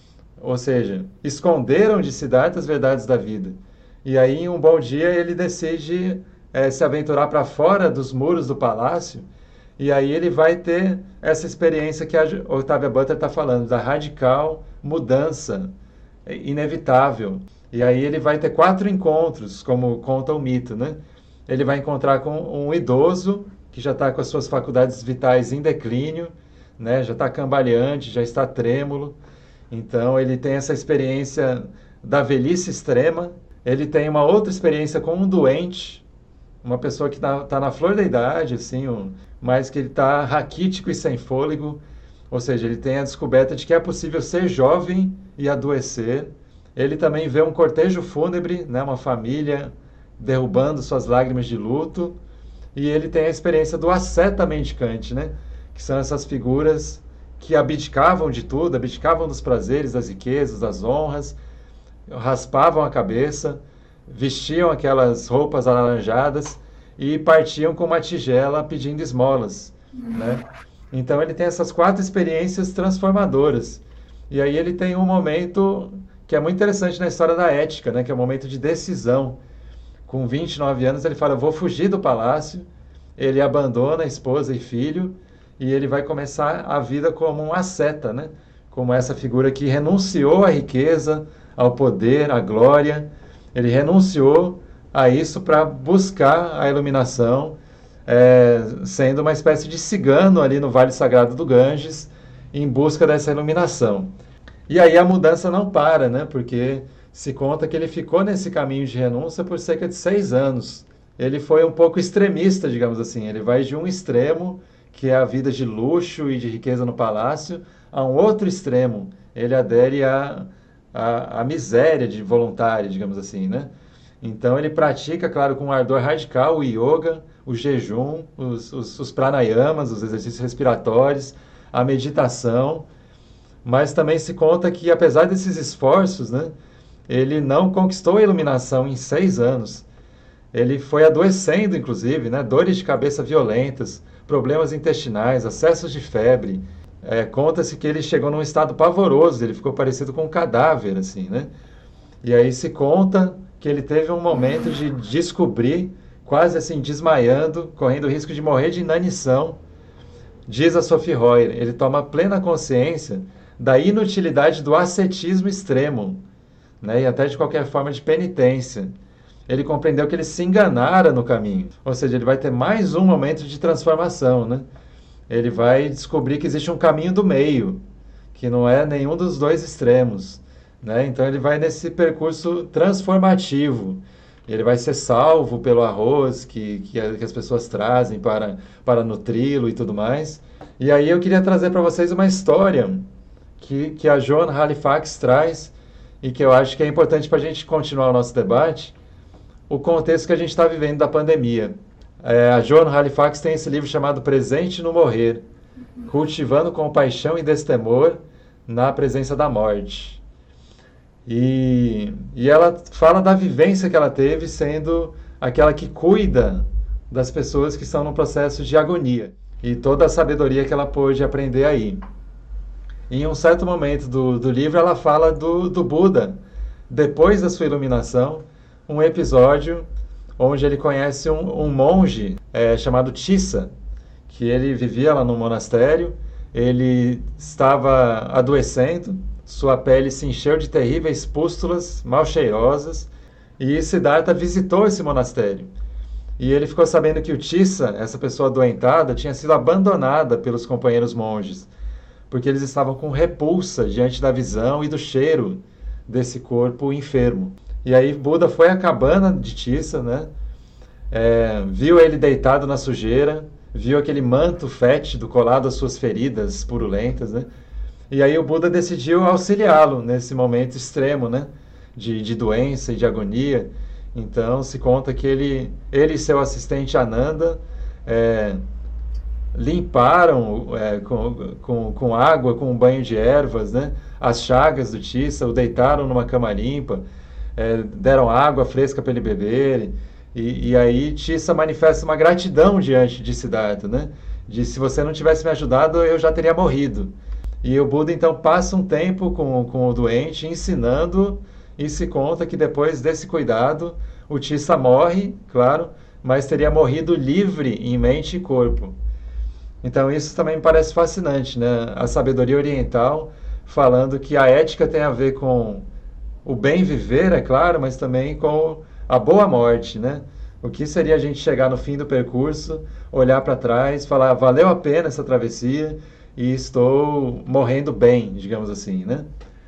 Ou seja, esconderam de Siddhartha as verdades da vida. E aí, em um bom dia, ele decide é, se aventurar para fora dos muros do palácio, e aí ele vai ter essa experiência que a Octavia Butler está falando, da radical mudança inevitável. E aí ele vai ter quatro encontros, como conta o mito, né? Ele vai encontrar com um idoso que já está com as suas faculdades vitais em declínio, né? Já está cambaleante, já está trêmulo. Então ele tem essa experiência da velhice extrema. Ele tem uma outra experiência com um doente, uma pessoa que está tá na flor da idade, assim, um, mas que ele está raquítico e sem fôlego. Ou seja, ele tem a descoberta de que é possível ser jovem e adoecer. Ele também vê um cortejo fúnebre, né, uma família derrubando suas lágrimas de luto. E ele tem a experiência do asceta mendicante, né, que são essas figuras que abdicavam de tudo, abdicavam dos prazeres, das riquezas, das honras, raspavam a cabeça, vestiam aquelas roupas alaranjadas e partiam com uma tigela pedindo esmolas, né? Então ele tem essas quatro experiências transformadoras. E aí ele tem um momento que é muito interessante na história da ética, né? Que é um momento de decisão. Com vinte e nove anos ele fala, eu vou fugir do palácio. Ele abandona a esposa e filho e ele vai começar a vida como um asceta, né? Como essa figura que renunciou à riqueza, ao poder, à glória. Ele renunciou a isso para buscar a iluminação, é, sendo uma espécie de cigano ali no Vale Sagrado do Ganges, em busca dessa iluminação. E aí a mudança não para, né? Porque se conta que ele ficou nesse caminho de renúncia por cerca de seis anos. Ele foi um pouco extremista, digamos assim. Ele vai de um extremo, que é a vida de luxo e de riqueza no palácio, a um outro extremo. Ele adere à, à, à miséria de voluntário, digamos assim, né? Então ele pratica, claro, com um ardor radical o yoga, o jejum, os, os, os pranayamas, os exercícios respiratórios, a meditação, mas também se conta que, apesar desses esforços, né, ele não conquistou a iluminação em seis anos. Ele foi adoecendo, inclusive, né, dores de cabeça violentas, problemas intestinais, acessos de febre. É, conta-se que ele chegou num estado pavoroso, ele ficou parecido com um cadáver, assim, né? E aí se conta que ele teve um momento de descobrir, quase assim, desmaiando, correndo o risco de morrer de inanição. Diz a Sophie Royer, ele toma plena consciência da inutilidade do ascetismo extremo, né, e até de qualquer forma de penitência. Ele compreendeu que ele se enganara no caminho. Ou seja, ele vai ter mais um momento de transformação, né? Ele vai descobrir que existe um caminho do meio, que não é nenhum dos dois extremos, né? Então ele vai nesse percurso transformativo. Ele vai ser salvo pelo arroz que, que, que as pessoas trazem para, para nutri-lo e tudo mais. E aí eu queria trazer para vocês uma história que, que a Joan Halifax traz e que eu acho que é importante para a gente continuar o nosso debate, o contexto que a gente está vivendo da pandemia. É, a Joan Halifax tem esse livro chamado Presente no Morrer, cultivando compaixão e destemor na presença da morte. E, e ela fala da vivência que ela teve sendo aquela que cuida das pessoas que estão no processo de agonia e toda a sabedoria que ela pôde aprender aí. Em um certo momento do, do livro ela fala do, do Buda, depois da sua iluminação, um episódio onde ele conhece um, um monge é, chamado Tissa, que ele vivia lá no monastério, ele estava adoecendo, sua pele se encheu de terríveis pústulas mal cheirosas, e Siddhartha visitou esse monastério. E ele ficou sabendo que o Tissa, essa pessoa adoentada, tinha sido abandonada pelos companheiros monges, porque eles estavam com repulsa diante da visão e do cheiro desse corpo enfermo. E aí Buda foi à cabana de Tissa, né? É, viu ele deitado na sujeira, viu aquele manto fétido colado às suas feridas purulentas, né? E aí o Buda decidiu auxiliá-lo nesse momento extremo, né? De, de doença e de agonia. Então se conta que ele, ele e seu assistente Ananda é, limparam é, com, com, com água, com um banho de ervas, né, as chagas do Tissa, o deitaram numa cama limpa, é, deram água fresca para ele beber. E, e aí Tissa manifesta uma gratidão diante de Siddhartha, né? Diz, se você não tivesse me ajudado, eu já teria morrido. E o Buda então passa um tempo com, com o doente, ensinando, e se conta que depois desse cuidado, o Tissa morre, claro, mas teria morrido livre em mente e corpo. Então isso também me parece fascinante, né? A sabedoria oriental falando que a ética tem a ver com o bem viver, é claro, mas também com a boa morte, né? O que seria a gente chegar no fim do percurso, olhar para trás, falar, valeu a pena essa travessia e estou morrendo bem, digamos assim, né?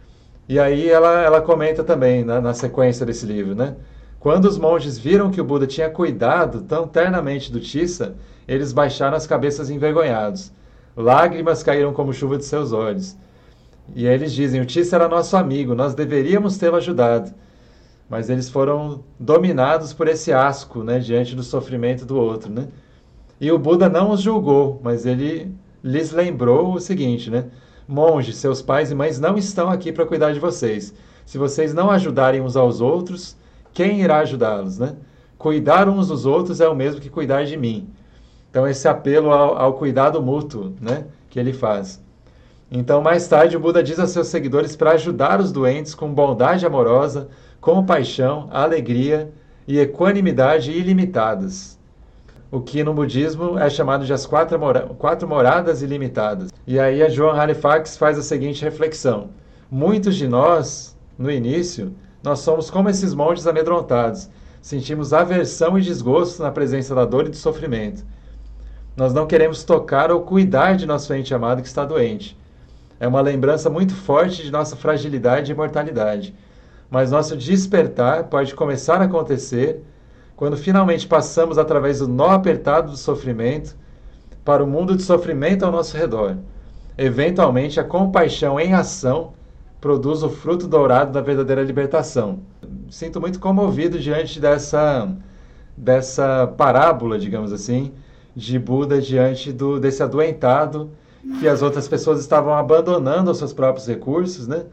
E aí ela, ela comenta também, na, na sequência desse livro, né? Quando os monges viram que o Buda tinha cuidado tão ternamente do Tissa, eles baixaram as cabeças envergonhados. Lágrimas caíram como chuva de seus olhos. E aí eles dizem, o Tissa era nosso amigo, nós deveríamos tê-lo ajudado. Mas eles foram dominados por esse asco, né, diante do sofrimento do outro, né? E o Buda não os julgou, mas ele lhes lembrou o seguinte, né? Monges, seus pais e mães não estão aqui para cuidar de vocês. Se vocês não ajudarem uns aos outros, quem irá ajudá-los, né? Cuidar uns dos outros é o mesmo que cuidar de mim. Então esse apelo ao, ao cuidado mútuo, né, que ele faz. Então mais tarde o Buda diz a seus seguidores para ajudar os doentes com bondade amorosa, compaixão, alegria e equanimidade ilimitadas. O que no budismo é chamado de as quatro, mora quatro moradas ilimitadas. E aí a Joan Halifax faz a seguinte reflexão. Muitos de nós, no início, nós somos como esses monges amedrontados. Sentimos aversão e desgosto na presença da dor e do sofrimento. Nós não queremos tocar ou cuidar de nosso ente amado que está doente. É uma lembrança muito forte de nossa fragilidade e mortalidade. Mas nosso despertar pode começar a acontecer quando finalmente passamos através do nó apertado do sofrimento para o mundo de sofrimento ao nosso redor. Eventualmente, a compaixão em ação produz o fruto dourado da verdadeira libertação. Sinto muito comovido diante dessa, dessa parábola, digamos assim, de Buda diante do, desse adoentado que as outras pessoas estavam abandonando os seus próprios recursos, né?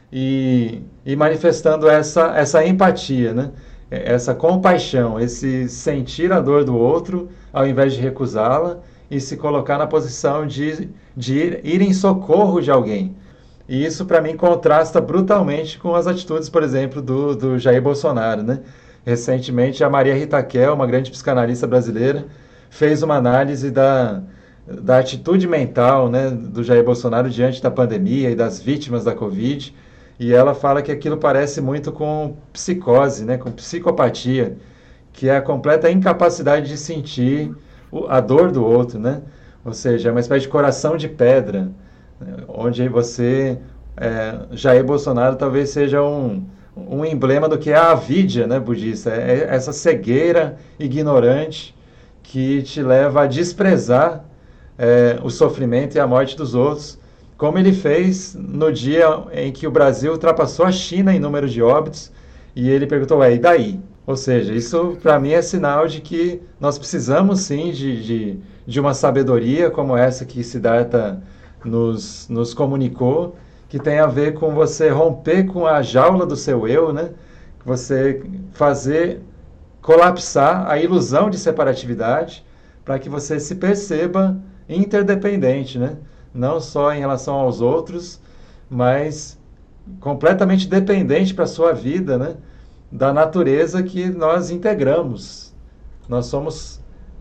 E, e manifestando essa, essa empatia, né? Essa compaixão, esse sentir a dor do outro, ao invés de recusá-la, e se colocar na posição de, de ir, ir em socorro de alguém. E isso, para mim, contrasta brutalmente com as atitudes, por exemplo, do, do Jair Bolsonaro, né? Recentemente, a Maria Rita Kell, uma grande psicanalista brasileira, fez uma análise da, da atitude mental, né, do Jair Bolsonaro diante da pandemia e das vítimas da Covid. E ela fala que aquilo parece muito com psicose, né, com psicopatia, que é a completa incapacidade de sentir a dor do outro, né? Ou seja, é uma espécie de coração de pedra, onde você, é, Jair Bolsonaro talvez seja um, um emblema do que é a avidya, né, budista, é essa cegueira ignorante que te leva a desprezar é, o sofrimento e a morte dos outros, como ele fez no dia em que o Brasil ultrapassou a China em número de óbitos, e ele perguntou, é, e daí? Ou seja, isso para mim é sinal de que nós precisamos sim de, de, de uma sabedoria como essa que Siddhartha nos, nos comunicou, que tem a ver com você romper com a jaula do seu eu, né? Você fazer colapsar a ilusão de separatividade para que você se perceba interdependente, né? Não só em relação aos outros, mas completamente dependente para a sua vida, né? Da natureza que nós integramos. Nós somos,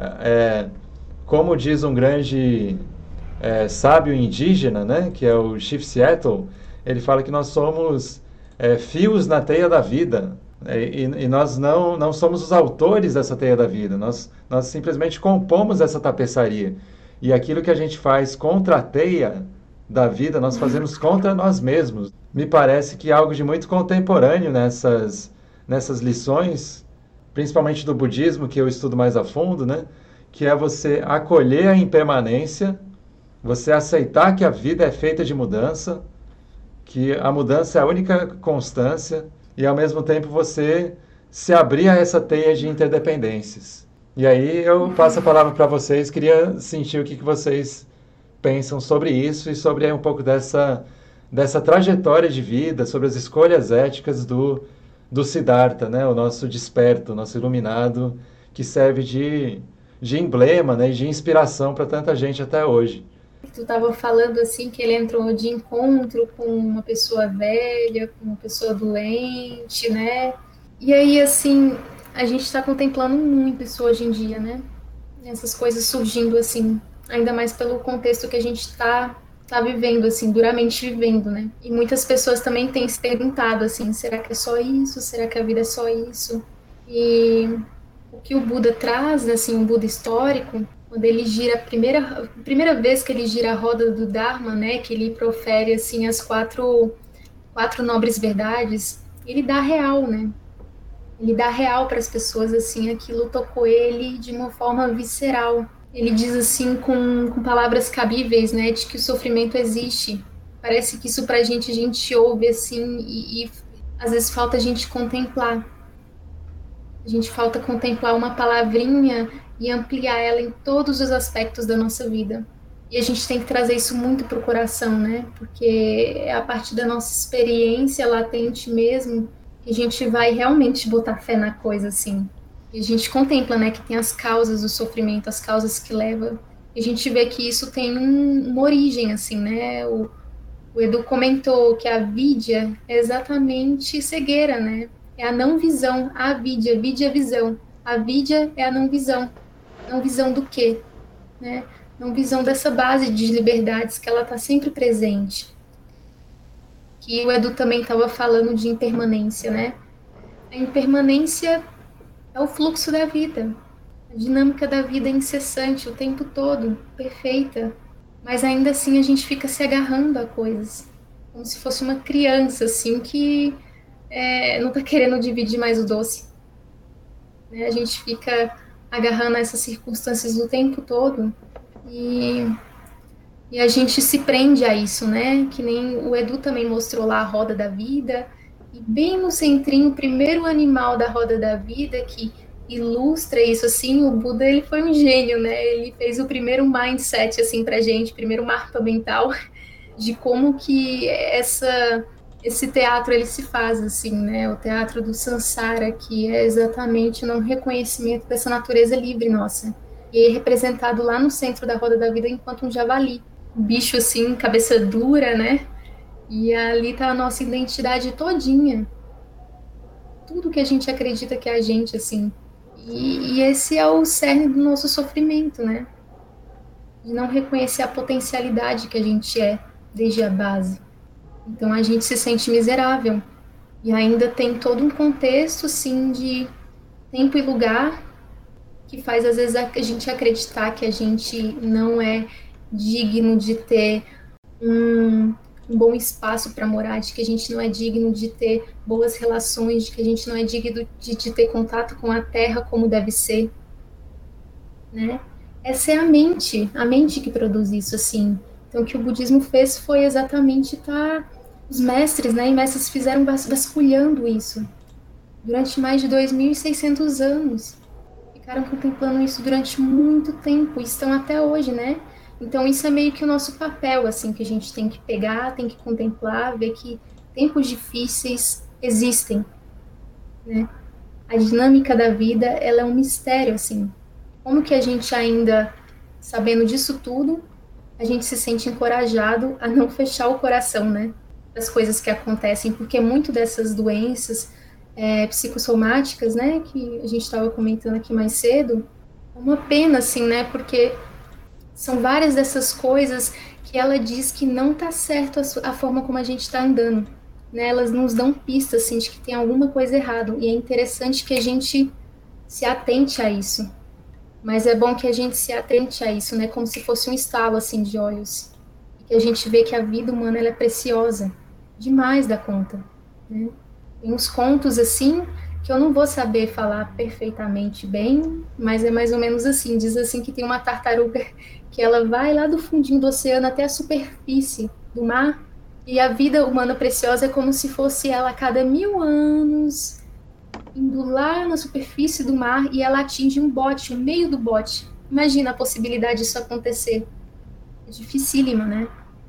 é, como diz um grande é, sábio indígena, né? Que é o Chief Seattle, ele fala que nós somos é, fios na teia da vida. E, e nós não, não somos os autores dessa teia da vida, nós, nós simplesmente compomos essa tapeçaria. E aquilo que a gente faz contra a teia da vida, nós fazemos contra nós mesmos. Me parece que algo de muito contemporâneo nessas, nessas lições, principalmente do budismo, que eu estudo mais a fundo, né? Que é você acolher a impermanência, você aceitar que a vida é feita de mudança, que a mudança é a única constância, e ao mesmo tempo você se abrir a essa teia de interdependências. E aí eu passo a palavra para vocês, queria sentir o que, que vocês pensam sobre isso e sobre um pouco dessa, dessa trajetória de vida, sobre as escolhas éticas do, do Siddhartha, né? O nosso desperto, o nosso iluminado, que serve de, de emblema, né? E de inspiração para tanta gente até hoje. Tu estava falando assim que ele entrou de encontro com uma pessoa velha, com uma pessoa doente, né? E aí, assim, a gente está contemplando muito isso hoje em dia, né? Essas coisas surgindo assim, ainda mais pelo contexto que a gente está está vivendo, assim, duramente vivendo, né? E muitas pessoas também têm se perguntado, assim, será que é só isso? Será que a vida é só isso? E o que o Buda traz, assim, o Buda histórico, quando ele gira a primeira, a primeira vez que ele gira a roda do Dharma, né, que ele profere, assim, as quatro, quatro nobres verdades, ele dá real, né? Ele dá real para as pessoas, assim, aquilo tocou ele de uma forma visceral. Ele diz, assim, com, com palavras cabíveis, né, de que o sofrimento existe. Parece que isso pra gente, a gente ouve, assim, e, e às vezes falta a gente contemplar. A gente falta contemplar uma palavrinha e ampliar ela em todos os aspectos da nossa vida. E a gente tem que trazer isso muito pro coração, né, porque é a partir da nossa experiência latente mesmo que a gente vai realmente botar fé na coisa, assim. E a gente contempla, né, que tem as causas do sofrimento, as causas que levam. E a gente vê que isso tem um, uma origem, assim, né? O, o Edu comentou que a vidya é exatamente cegueira, né? É a não visão, a vidya, vidya é visão. A vidya é a não visão. Não visão do quê? Né? Não visão dessa base de liberdades que ela está sempre presente. Que o Edu também estava falando de impermanência, né? A impermanência é o fluxo da vida. A dinâmica da vida é incessante o tempo todo, perfeita. Mas ainda assim a gente fica se agarrando a coisas. Como se fosse uma criança, assim, que é, não está querendo dividir mais o doce. Né? A gente fica agarrando a essas circunstâncias o tempo todo. E... E a gente se prende a isso, né? Que nem o Edu também mostrou lá a roda da vida. E bem no centrinho, o primeiro animal da roda da vida que ilustra isso, assim, o Buda, ele foi um gênio, né? Ele fez o primeiro mindset, assim, pra gente, primeiro mapa mental de como que essa, esse teatro, ele se faz, assim, né? O teatro do Sansara, que é exatamente o não reconhecimento dessa natureza livre nossa. E é representado lá no centro da roda da vida enquanto um javali. Um bicho, assim, cabeça dura, né? E ali tá a nossa identidade todinha. Tudo que a gente acredita que é a gente, assim. E, e esse é o cerne do nosso sofrimento, né? De não reconhecer a potencialidade que a gente é desde a base. Então a gente se sente miserável. E ainda tem todo um contexto, assim, de tempo e lugar que faz, às vezes, a gente acreditar que a gente não é digno de ter um, um bom espaço para morar, de que a gente não é digno de ter boas relações, de que a gente não é digno de, de ter contato com a terra como deve ser, né? Essa é a mente, a mente que produz isso, assim. Então, o que o budismo fez foi exatamente estar... Os mestres, né, e mestres fizeram vasculhando isso durante mais de dois mil e seiscentos anos. Ficaram contemplando isso durante muito tempo e estão até hoje, né? Então isso é meio que o nosso papel, assim, que a gente tem que pegar, tem que contemplar, ver que tempos difíceis existem, né? A dinâmica da vida, ela é um mistério, assim. Como que a gente ainda, sabendo disso tudo, a gente se sente encorajado a não fechar o coração, né? Das coisas que acontecem, porque muito dessas doenças é, psicossomáticas, né, que a gente estava comentando aqui mais cedo, é uma pena, assim, né, porque são várias dessas coisas que ela diz que não tá certo a, a forma como a gente está andando, né, elas nos dão pistas, assim, de que tem alguma coisa errada, e é interessante que a gente se atente a isso, mas é bom que a gente se atente a isso, né, como se fosse um estalo, assim, de olhos, e que a gente vê que a vida humana, ela é preciosa, demais da conta, né. Tem uns contos, assim, que eu não vou saber falar perfeitamente bem, mas é mais ou menos assim. Diz assim que tem uma tartaruga que ela vai lá do fundinho do oceano até a superfície do mar, e a vida humana preciosa é como se fosse ela a cada mil anos, indo lá na superfície do mar, e ela atinge um bote, o meio do bote. Imagina a possibilidade disso acontecer. É dificílima, né?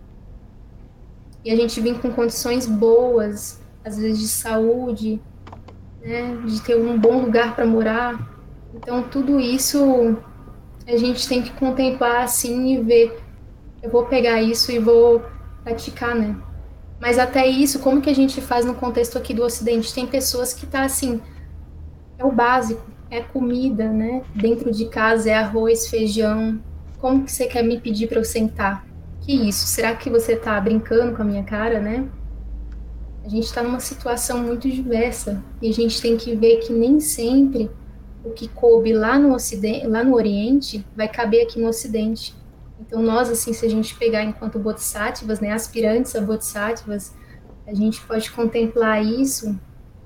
E a gente vem com condições boas, às vezes de saúde, né, de ter um bom lugar para morar. Então, tudo isso a gente tem que contemplar assim e ver. Eu vou pegar isso e vou praticar, né? Mas até isso, como que a gente faz no contexto aqui do Ocidente? Tem pessoas que tá assim, é o básico, é comida, né? Dentro de casa é arroz, feijão. Como que você quer me pedir para eu sentar? que isso? Será que você está brincando com a minha cara, né? A gente está numa situação muito diversa e a gente tem que ver que nem sempre o que coube lá no Ocidente, lá no Oriente, vai caber aqui no Ocidente. Então nós, assim, se a gente pegar enquanto bodhisattvas, né, aspirantes a bodhisattvas, a gente pode contemplar isso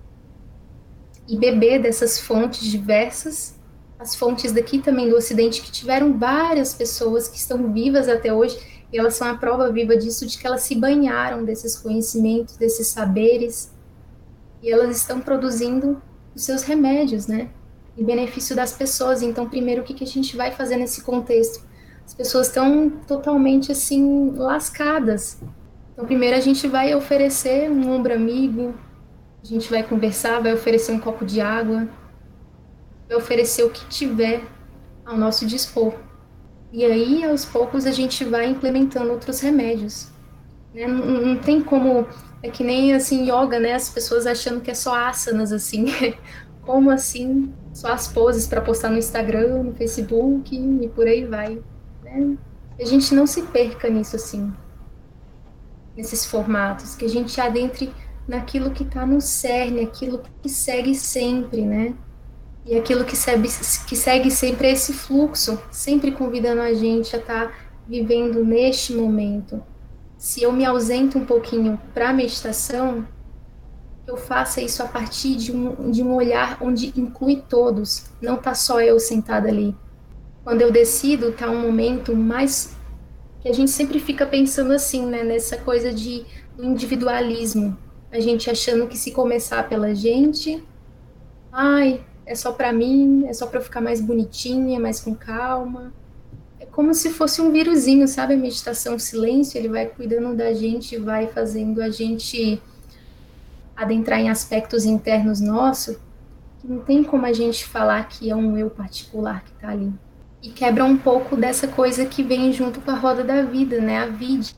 e beber dessas fontes diversas, as fontes daqui também do Ocidente, que tiveram várias pessoas que estão vivas até hoje, e elas são a prova viva disso, de que elas se banharam desses conhecimentos, desses saberes, e elas estão produzindo os seus remédios, né, em benefício das pessoas. Então, primeiro, o que, que a gente vai fazer nesse contexto? As pessoas estão totalmente, assim, lascadas. Então, primeiro a gente vai oferecer um ombro amigo, a gente vai conversar, vai oferecer um copo de água, vai oferecer o que tiver ao nosso dispor. E aí, aos poucos, a gente vai implementando outros remédios. Né? Não, não tem como... É que nem, assim, yoga, né? As pessoas achando que é só asanas, assim. Como assim? Só as poses para postar no Instagram, no Facebook e por aí vai. Né? Que a gente não se perca nisso, assim. Nesses formatos. Que a gente adentre naquilo que está no cerne, aquilo que segue sempre, né? E aquilo que segue, que segue sempre é esse fluxo, sempre convidando a gente a estar tá vivendo neste momento. Se eu me ausento um pouquinho para a meditação, eu faça isso a partir de um, de um olhar onde inclui todos, não tá só eu sentada ali. Quando eu decido, tá um momento mais... que a gente sempre fica pensando assim, né? Nessa coisa de do individualismo. A gente achando que se começar pela gente, ai... é só para mim, é só para eu ficar mais bonitinha, mais com calma. É como se fosse um vírusinho, sabe? A meditação, o silêncio, ele vai cuidando da gente, vai fazendo a gente adentrar em aspectos internos nossos, que não tem como a gente falar que é um eu particular que está ali. E quebra um pouco dessa coisa que vem junto com a roda da vida, né? A vidya.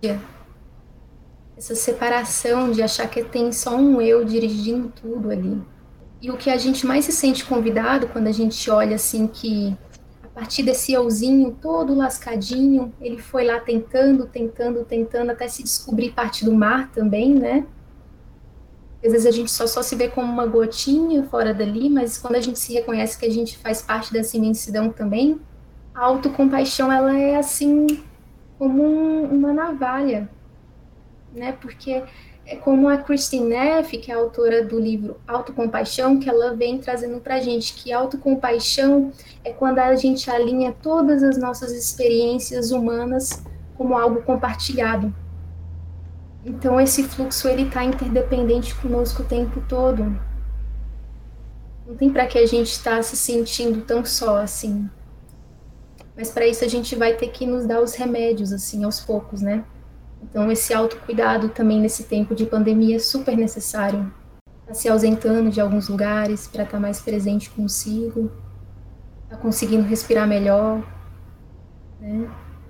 Essa separação de achar que tem só um eu dirigindo tudo ali. E o que a gente mais se sente convidado quando a gente olha assim que a partir desse euzinho todo lascadinho, ele foi lá tentando, tentando, tentando até se descobrir parte do mar também, né? Às vezes a gente só, só se vê como uma gotinha fora dali, mas quando a gente se reconhece que a gente faz parte dessa imensidão também, a autocompaixão, ela é assim como um, uma navalha, né? Porque é como a Christine Neff, que é a autora do livro Autocompaixão, que ela vem trazendo pra gente que autocompaixão é quando a gente alinha todas as nossas experiências humanas como algo compartilhado. Então esse fluxo, ele tá interdependente conosco o tempo todo. Não tem para que a gente tá se sentindo tão só assim. Mas para isso a gente vai ter que nos dar os remédios assim aos poucos, né? Então, esse autocuidado também nesse tempo de pandemia é super necessário. Tá se ausentando de alguns lugares para estar mais presente consigo, tá conseguindo respirar melhor, né?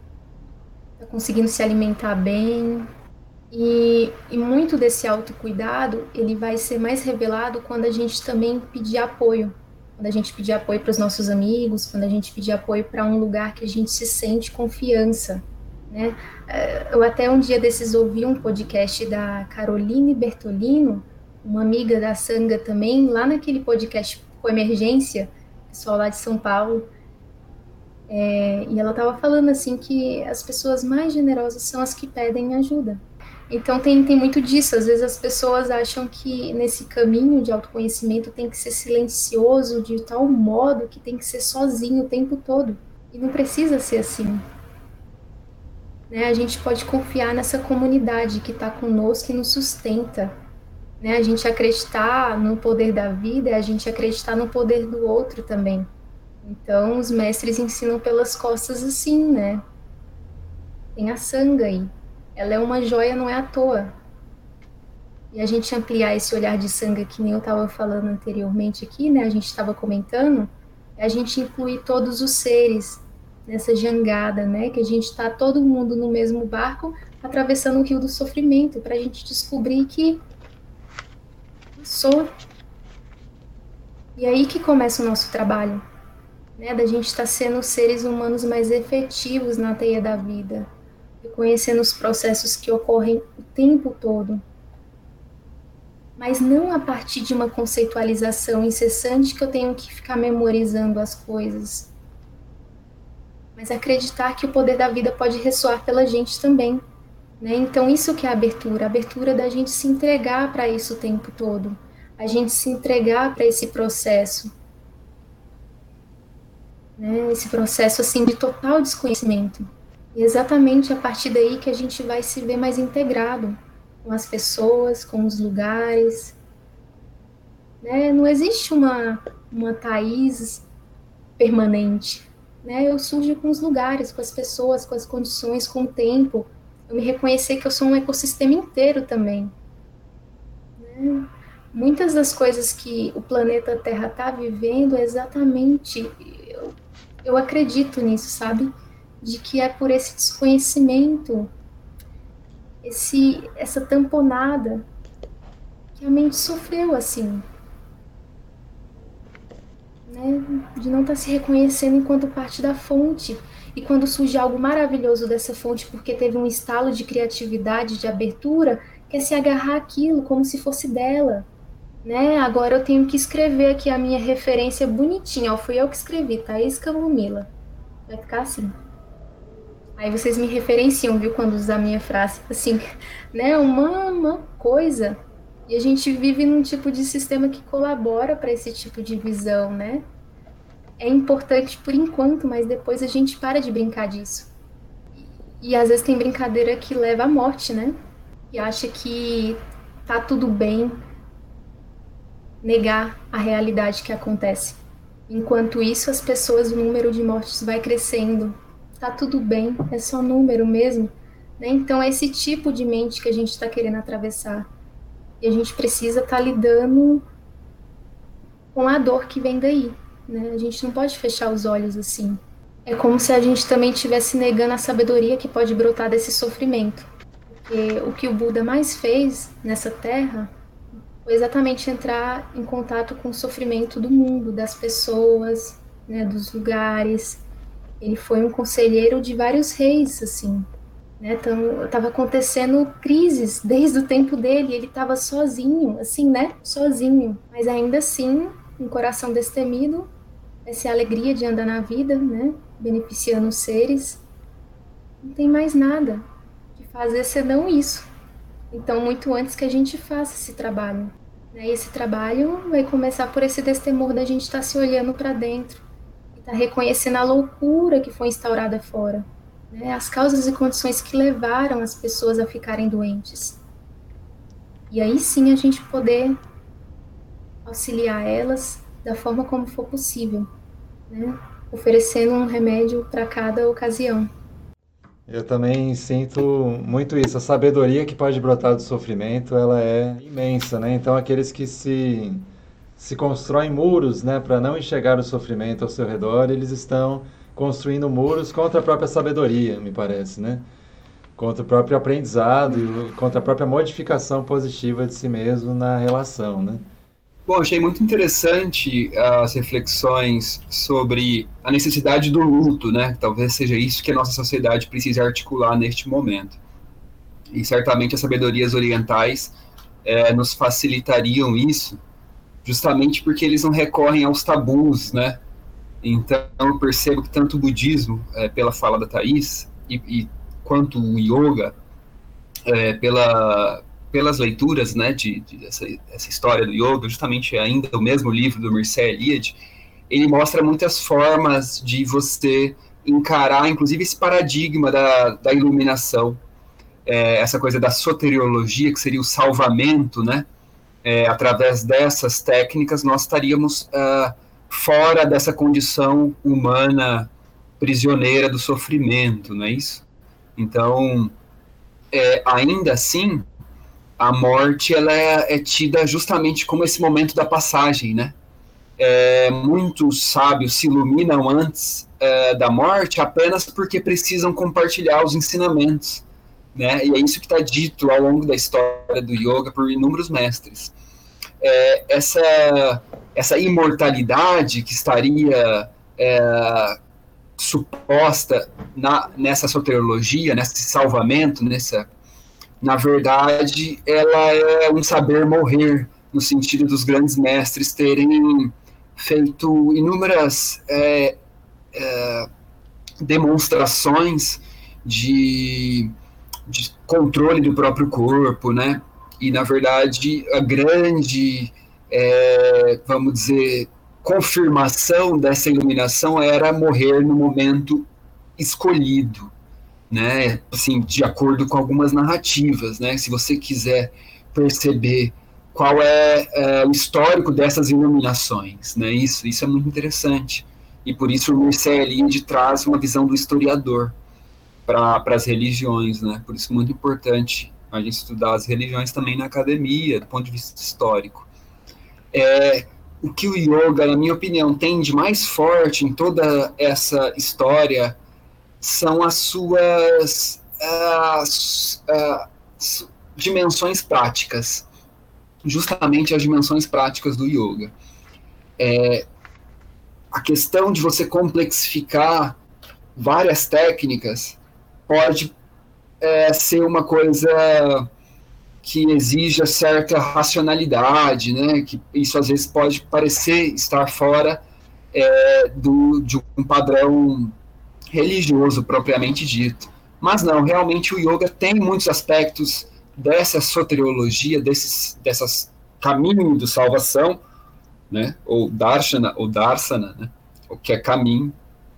Tá conseguindo se alimentar bem. E, e muito desse autocuidado, ele vai ser mais revelado quando a gente também pedir apoio. Quando a gente pedir apoio para os nossos amigos, quando a gente pedir apoio para um lugar que a gente se sente confiança. Né? Eu até um dia desses ouvi um podcast da Caroline Bertolino, uma amiga da Sangha também, lá naquele podcast com emergência, pessoal lá de São Paulo, é, e ela estava falando assim que as pessoas mais generosas são as que pedem ajuda. Então tem, tem muito disso, às vezes as pessoas acham que nesse caminho de autoconhecimento tem que ser silencioso de tal modo que tem que ser sozinho o tempo todo, e não precisa ser assim. Né, a gente pode confiar nessa comunidade que está conosco e nos sustenta. Né, a gente acreditar no poder da vida é a gente acreditar no poder do outro também. Então, os mestres ensinam pelas costas assim, né? Tem a Sangha aí. Ela é uma joia, não é à toa. E a gente ampliar esse olhar de Sangha, que nem eu estava falando anteriormente aqui, né? A gente estava comentando, é a gente incluir todos os seres nessa jangada, né, que a gente está todo mundo no mesmo barco, atravessando o rio do sofrimento, para a gente descobrir que sou. E aí que começa o nosso trabalho, né, da gente estar tá sendo seres humanos mais efetivos na teia da vida, reconhecendo os processos que ocorrem o tempo todo, mas não a partir de uma conceitualização incessante que eu tenho que ficar memorizando as coisas, mas acreditar que o poder da vida pode ressoar pela gente também, né? Então isso que é a abertura, a abertura da gente se entregar para isso o tempo todo, a gente se entregar para esse processo, né? Esse processo assim de total desconhecimento. E exatamente a partir daí que a gente vai se ver mais integrado com as pessoas, com os lugares, né? Não existe uma, uma Thaís permanente, né? Eu surjo com os lugares, com as pessoas, com as condições, com o tempo. Eu me reconhecer que eu sou um ecossistema inteiro também, né? Muitas das coisas que o planeta Terra está vivendo é exatamente, eu, eu acredito nisso, sabe? De que é por esse desconhecimento, esse, essa tamponada que a mente sofreu, assim, né? De não estar se reconhecendo enquanto parte da fonte. E quando surge algo maravilhoso dessa fonte, porque teve um estalo de criatividade, de abertura, quer se agarrar àquilo como se fosse dela, né? Agora eu tenho que escrever aqui a minha referência bonitinha, ó, fui eu que escrevi, Thaís Camomila. Vai ficar assim. Aí vocês me referenciam, viu, quando usar a minha frase, assim, né, uma, uma coisa, e a gente vive num tipo de sistema que colabora para esse tipo de visão, né? É importante por enquanto, mas depois a gente para de brincar disso. E, e às vezes tem brincadeira que leva à morte, né? E acha que tá tudo bem negar a realidade que acontece. Enquanto isso, as pessoas, o número de mortes vai crescendo. Tá tudo bem, é só número mesmo, né? Então é esse tipo de mente que a gente está querendo atravessar. E a gente precisa estar tá lidando com a dor que vem daí, né? A gente não pode fechar os olhos assim. É como se a gente também estivesse negando a sabedoria que pode brotar desse sofrimento. Porque o que o Buda mais fez nessa terra foi exatamente entrar em contato com o sofrimento do mundo, das pessoas, né, dos lugares. Ele foi um conselheiro de vários reis, assim, né? Então, estava acontecendo crises desde o tempo dele, ele estava sozinho, assim, né? Sozinho, mas ainda assim, um coração destemido, essa é a alegria de andar na vida, né? Beneficiando os seres. Não tem mais nada que fazer senão isso. Então, muito antes que a gente faça esse trabalho, né? E esse trabalho vai começar por esse destemor da gente estar se olhando para dentro, tá reconhecendo a loucura que foi instaurada fora, né? As causas e condições que levaram as pessoas a ficarem doentes. E aí sim a gente poder auxiliar elas da forma como for possível, né? Oferecendo um remédio para cada ocasião. Eu também sinto muito isso. A sabedoria que pode brotar do sofrimento, ela é imensa, né? Então aqueles que se... se constroem muros, né, para não enxergar o sofrimento ao seu redor, eles estão construindo muros contra a própria sabedoria, me parece, né? Contra o próprio aprendizado e contra a própria modificação positiva de si mesmo na relação, né? Bom, achei muito interessante as reflexões sobre a necessidade do luto, né? Talvez seja isso que a nossa sociedade precisa articular neste momento. E certamente as sabedorias orientais é, nos facilitariam isso, justamente porque eles não recorrem aos tabus, né? Então, eu percebo que tanto o budismo, é, pela fala da Thaís, e, e quanto o yoga, é, pela, pelas leituras, né, de, de essa, essa história do yoga, justamente ainda o mesmo livro do Mircea Eliade, ele mostra muitas formas de você encarar, inclusive, esse paradigma da, da iluminação, é, essa coisa da soteriologia, que seria o salvamento, né? É, através dessas técnicas, nós estaríamos uh, fora dessa condição humana prisioneira do sofrimento, não é isso? Então, é, ainda assim, a morte ela é, é tida justamente como esse momento da passagem, né? É, muitos sábios se iluminam antes é, da morte apenas porque precisam compartilhar os ensinamentos, né? E é isso que está dito ao longo da história do yoga por inúmeros mestres. É, essa, essa imortalidade que estaria é, suposta na, nessa soteriologia, nesse salvamento, nessa, na verdade, ela é um saber morrer, no sentido dos grandes mestres terem feito inúmeras é, é, demonstrações de, de controle do próprio corpo, né? E, na verdade, a grande, é, vamos dizer, confirmação dessa iluminação era morrer no momento escolhido, né? Assim, de acordo com algumas narrativas, né? Se você quiser perceber qual é, é o histórico dessas iluminações, né? Isso, isso é muito interessante. E por isso o Mircea Eliade traz uma visão do historiador para as religiões, né? Por isso é muito importante a gente estudar as religiões também na academia, do ponto de vista histórico. É, o que o yoga, na minha opinião, tem de mais forte em toda essa história são as suas as, as dimensões práticas, justamente as dimensões práticas do yoga. É, a questão de você complexificar várias técnicas pode é, ser uma coisa que exija certa racionalidade, né? Que isso às vezes pode parecer estar fora é, do, de um padrão religioso propriamente dito. Mas não, realmente o yoga tem muitos aspectos dessa soteriologia, desses dessas caminho de salvação, né? Ou darshana, ou darsana, né? O que é caminho.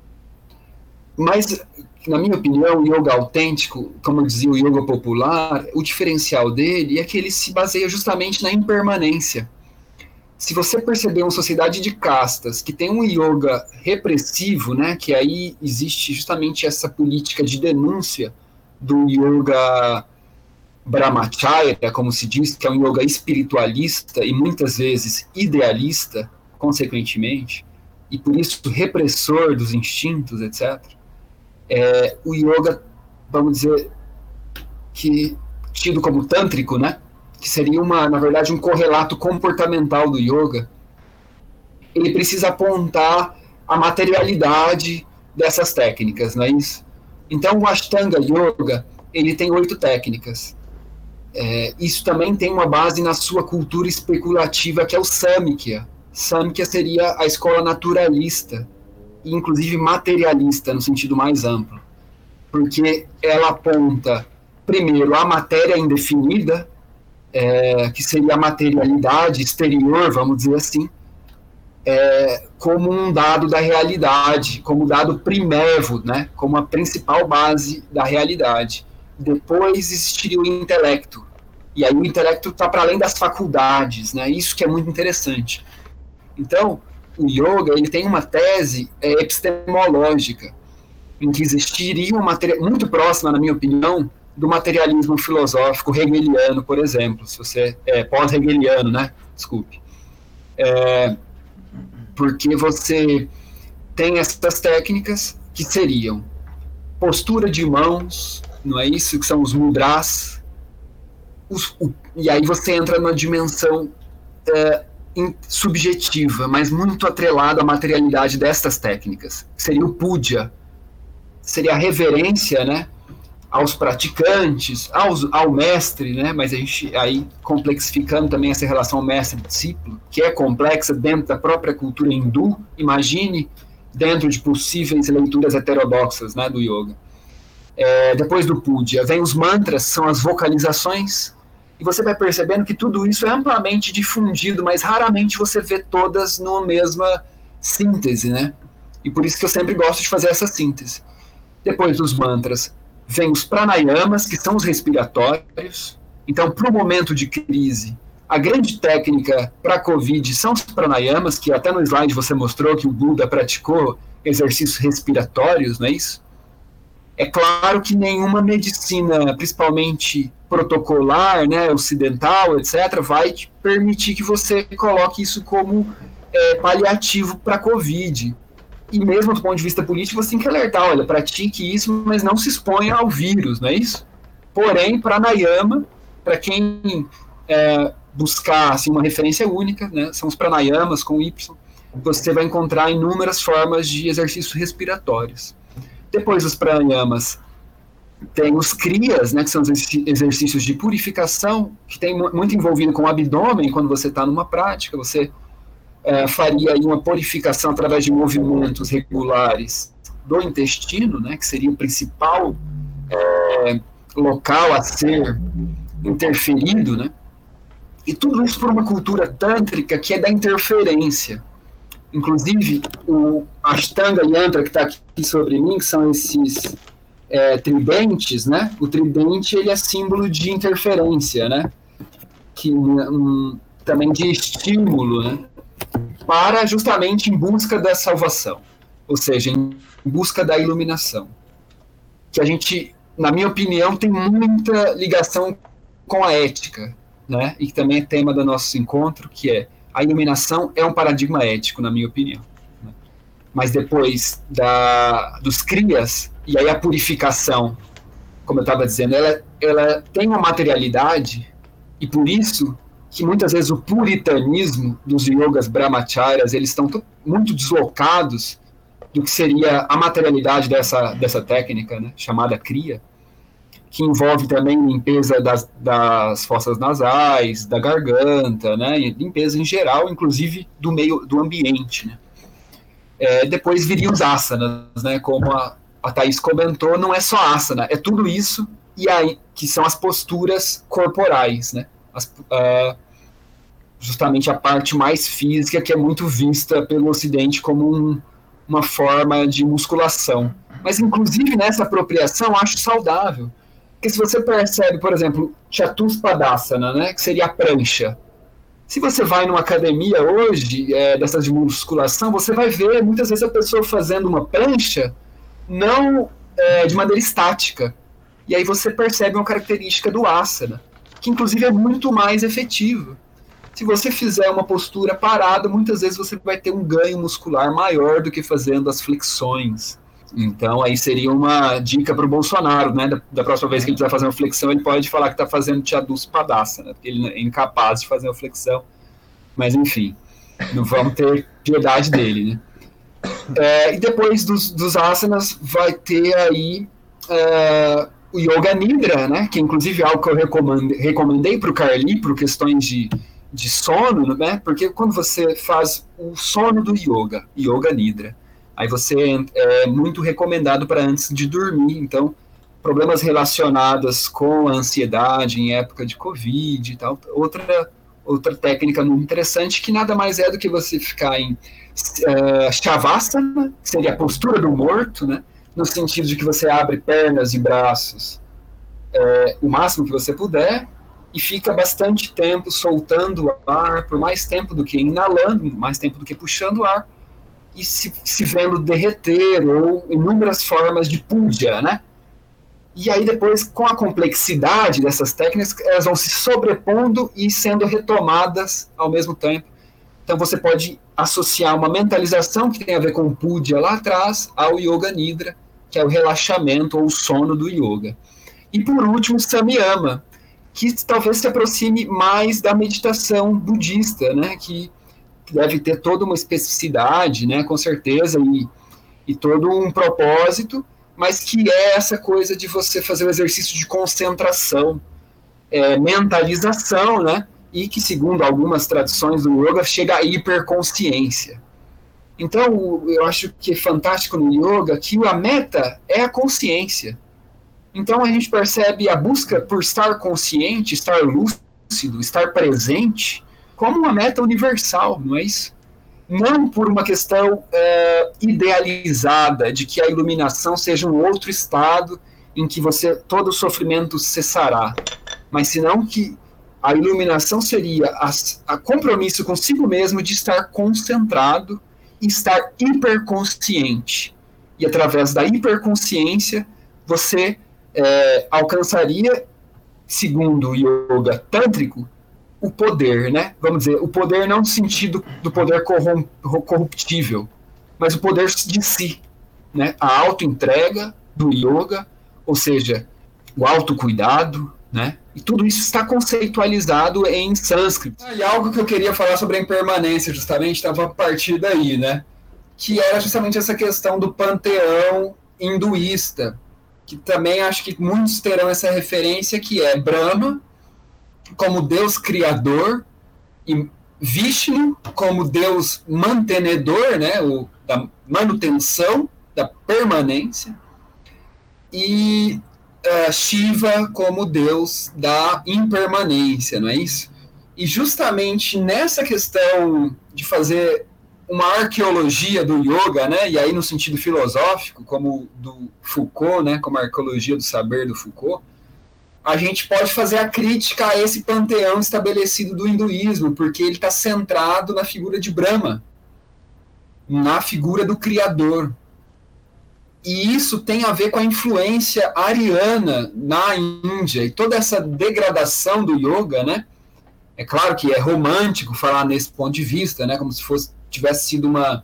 Mas, na minha opinião, o yoga autêntico, como eu dizia, o yoga popular, o diferencial dele é que ele se baseia justamente na impermanência. Se você perceber uma sociedade de castas que tem um yoga repressivo, né, que aí existe justamente essa política de denúncia do yoga brahmacharya, como se diz, que é um yoga espiritualista e muitas vezes idealista, consequentemente, e por isso repressor dos instintos, etcétera. É, o yoga, vamos dizer, que tido como tântrico, né, que seria, uma, na verdade, um correlato comportamental do yoga, ele precisa apontar a materialidade dessas técnicas, não é isso? Então, o Ashtanga Yoga, ele tem oito técnicas. É, isso também tem uma base na sua cultura especulativa, que é o Samkhya. Samkhya seria a escola naturalista, e inclusive materialista, no sentido mais amplo, porque ela aponta, primeiro, a matéria indefinida, é, que seria a materialidade exterior, vamos dizer assim, é, como um dado da realidade, como dado primevo, né, como a principal base da realidade. Depois existiria o intelecto, e aí o intelecto está para além das faculdades, né, isso que é muito interessante. Então, o yoga, ele tem uma tese é, epistemológica, em que existiria uma matéria muito próxima, na minha opinião, do materialismo filosófico hegeliano, por exemplo, se você é pós-hegeliano, né? Desculpe. É, porque você tem essas técnicas que seriam postura de mãos, não é isso? Que são os mudras, os, o, e aí você entra numa dimensão é, in, subjetiva, mas muito atrelada à materialidade destas técnicas. Seria o puja, seria a reverência, né, aos praticantes, aos, ao mestre, né, mas a gente aí complexificando também essa relação mestre-discípulo, que é complexa dentro da própria cultura hindu, imagine dentro de possíveis leituras heterodoxas, né, do yoga. É, depois do puja, vem os mantras, são as vocalizações, e você vai percebendo que tudo isso é amplamente difundido, mas raramente você vê todas numa mesma síntese, né, e por isso que eu sempre gosto de fazer essa síntese. Depois dos mantras, vem os pranayamas, que são os respiratórios. Então, para o momento de crise, a grande técnica para a Covid são os pranayamas, que até no slide você mostrou que o Buda praticou exercícios respiratórios, não é isso? É claro que nenhuma medicina, principalmente protocolar, né, ocidental, etcétera, vai te permitir que você coloque isso como é, paliativo para a Covid. E mesmo do ponto de vista político, você tem que alertar, olha, pratique isso, mas não se exponha ao vírus, não é isso? Porém, pranayama, para quem é, buscar assim, uma referência única, né, são os pranayamas com Y, você vai encontrar inúmeras formas de exercícios respiratórios. Depois dos pranayamas, tem os kriyas, né, que são os exercícios de purificação, que tem muito envolvido com o abdômen. Quando você está numa prática, você é, faria aí uma purificação através de movimentos regulares do intestino, né, que seria o principal é, local a ser interferido, né? E tudo isso por uma cultura tântrica que é da interferência. Inclusive, o Ashtanga Yantra, que está aqui sobre mim, que são esses é, tridentes, né? O tridente, ele é símbolo de interferência, né? Que, um, também de estímulo, né? Para justamente em busca da salvação. Ou seja, em busca da iluminação. Que a gente, na minha opinião, tem muita ligação com a ética, né? E que também é tema do nosso encontro, que é a iluminação é um paradigma ético, na minha opinião. Né? Mas depois da, dos kriyas, e aí a purificação, como eu estava dizendo, ela, ela tem uma materialidade, e por isso que muitas vezes o puritanismo dos yogas brahmacharyas, eles estão muito deslocados do que seria a materialidade dessa, dessa técnica, né? Chamada kriya, que envolve também limpeza das, das fossas nasais, da garganta, né, e limpeza em geral, inclusive do meio, do ambiente, né. É, depois viriam os asanas, né, como a, a Thaís comentou, não é só asana, é tudo isso, e aí, que são as posturas corporais, né, as, uh, justamente a parte mais física, que é muito vista pelo Ocidente como um, uma forma de musculação. Mas, inclusive, nessa apropriação, eu acho saudável. Porque se você percebe, por exemplo, Chatuspadasana, né, que seria a prancha. Se você vai numa academia hoje, é, dessas de musculação, você vai ver muitas vezes a pessoa fazendo uma prancha não é, de maneira estática. E aí você percebe uma característica do asana, que inclusive é muito mais efetivo. Se você fizer uma postura parada, muitas vezes você vai ter um ganho muscular maior do que fazendo as flexões. Então, aí seria uma dica para o Bolsonaro, né? Da, da próxima vez que ele quiser fazer uma flexão, ele pode falar que está fazendo Chatuspadasana, né? Porque ele é incapaz de fazer uma flexão. Mas, enfim, não vamos ter piedade dele, né? É, e depois dos, dos asanas, vai ter aí é, o Yoga Nidra, né? Que inclusive é algo que eu recomendei, recomendei para o Carli, por questões de, de sono, né? Porque quando você faz o sono do yoga, Yoga Nidra, aí você é muito recomendado para antes de dormir. Então, problemas relacionados com a ansiedade em época de Covid e tal. Outra, outra técnica muito interessante, que nada mais é do que você ficar em uh, Shavasana, que seria a postura do morto, né? No sentido de que você abre pernas e braços é, o máximo que você puder, e fica bastante tempo soltando o ar, por mais tempo do que inalando, mais tempo do que puxando o ar, e se, se vendo derreter, ou inúmeras formas de puja, né? E aí depois, com a complexidade dessas técnicas, elas vão se sobrepondo e sendo retomadas ao mesmo tempo. Então você pode associar uma mentalização que tem a ver com o puja lá atrás ao Yoga Nidra, que é o relaxamento ou o sono do yoga. E por último, Samyama, que talvez se aproxime mais da meditação budista, né? Que deve ter toda uma especificidade, né, com certeza, e, e todo um propósito, mas que é essa coisa de você fazer o exercício de concentração, é, mentalização, né, e que, segundo algumas tradições do yoga, chega à hiperconsciência. Então, eu acho que é fantástico no yoga que a meta é a consciência. Então, a gente percebe a busca por estar consciente, estar lúcido, estar presente, como uma meta universal, não é isso? Não por uma questão é, idealizada de que a iluminação seja um outro estado em que você todo o sofrimento cessará, mas senão que a iluminação seria a, a compromisso consigo mesmo de estar concentrado e estar hiperconsciente. E através da hiperconsciência você é, alcançaria, segundo o yoga tântrico, o poder, né? Vamos dizer, o poder não no sentido do poder corruptível, mas o poder de si, né? A autoentrega do yoga, ou seja, o autocuidado, né? E tudo isso está conceitualizado em sânscrito. E algo que eu queria falar sobre a impermanência, justamente, estava a partir daí, né? Que era justamente essa questão do panteão hinduísta, que também acho que muitos terão essa referência, que é Brahma como Deus criador e Vishnu como Deus mantenedor, né, o, da manutenção, da permanência, e uh, Shiva como Deus da impermanência, não é isso? E justamente nessa questão de fazer uma arqueologia do yoga, né, e aí no sentido filosófico, como do Foucault, né, como a arqueologia do saber do Foucault, a gente pode fazer a crítica a esse panteão estabelecido do hinduísmo, porque ele está centrado na figura de Brahma, na figura do Criador. E isso tem a ver com a influência ariana na Índia, e toda essa degradação do yoga, né? É claro que é romântico falar nesse ponto de vista, né? Como se fosse, tivesse sido uma,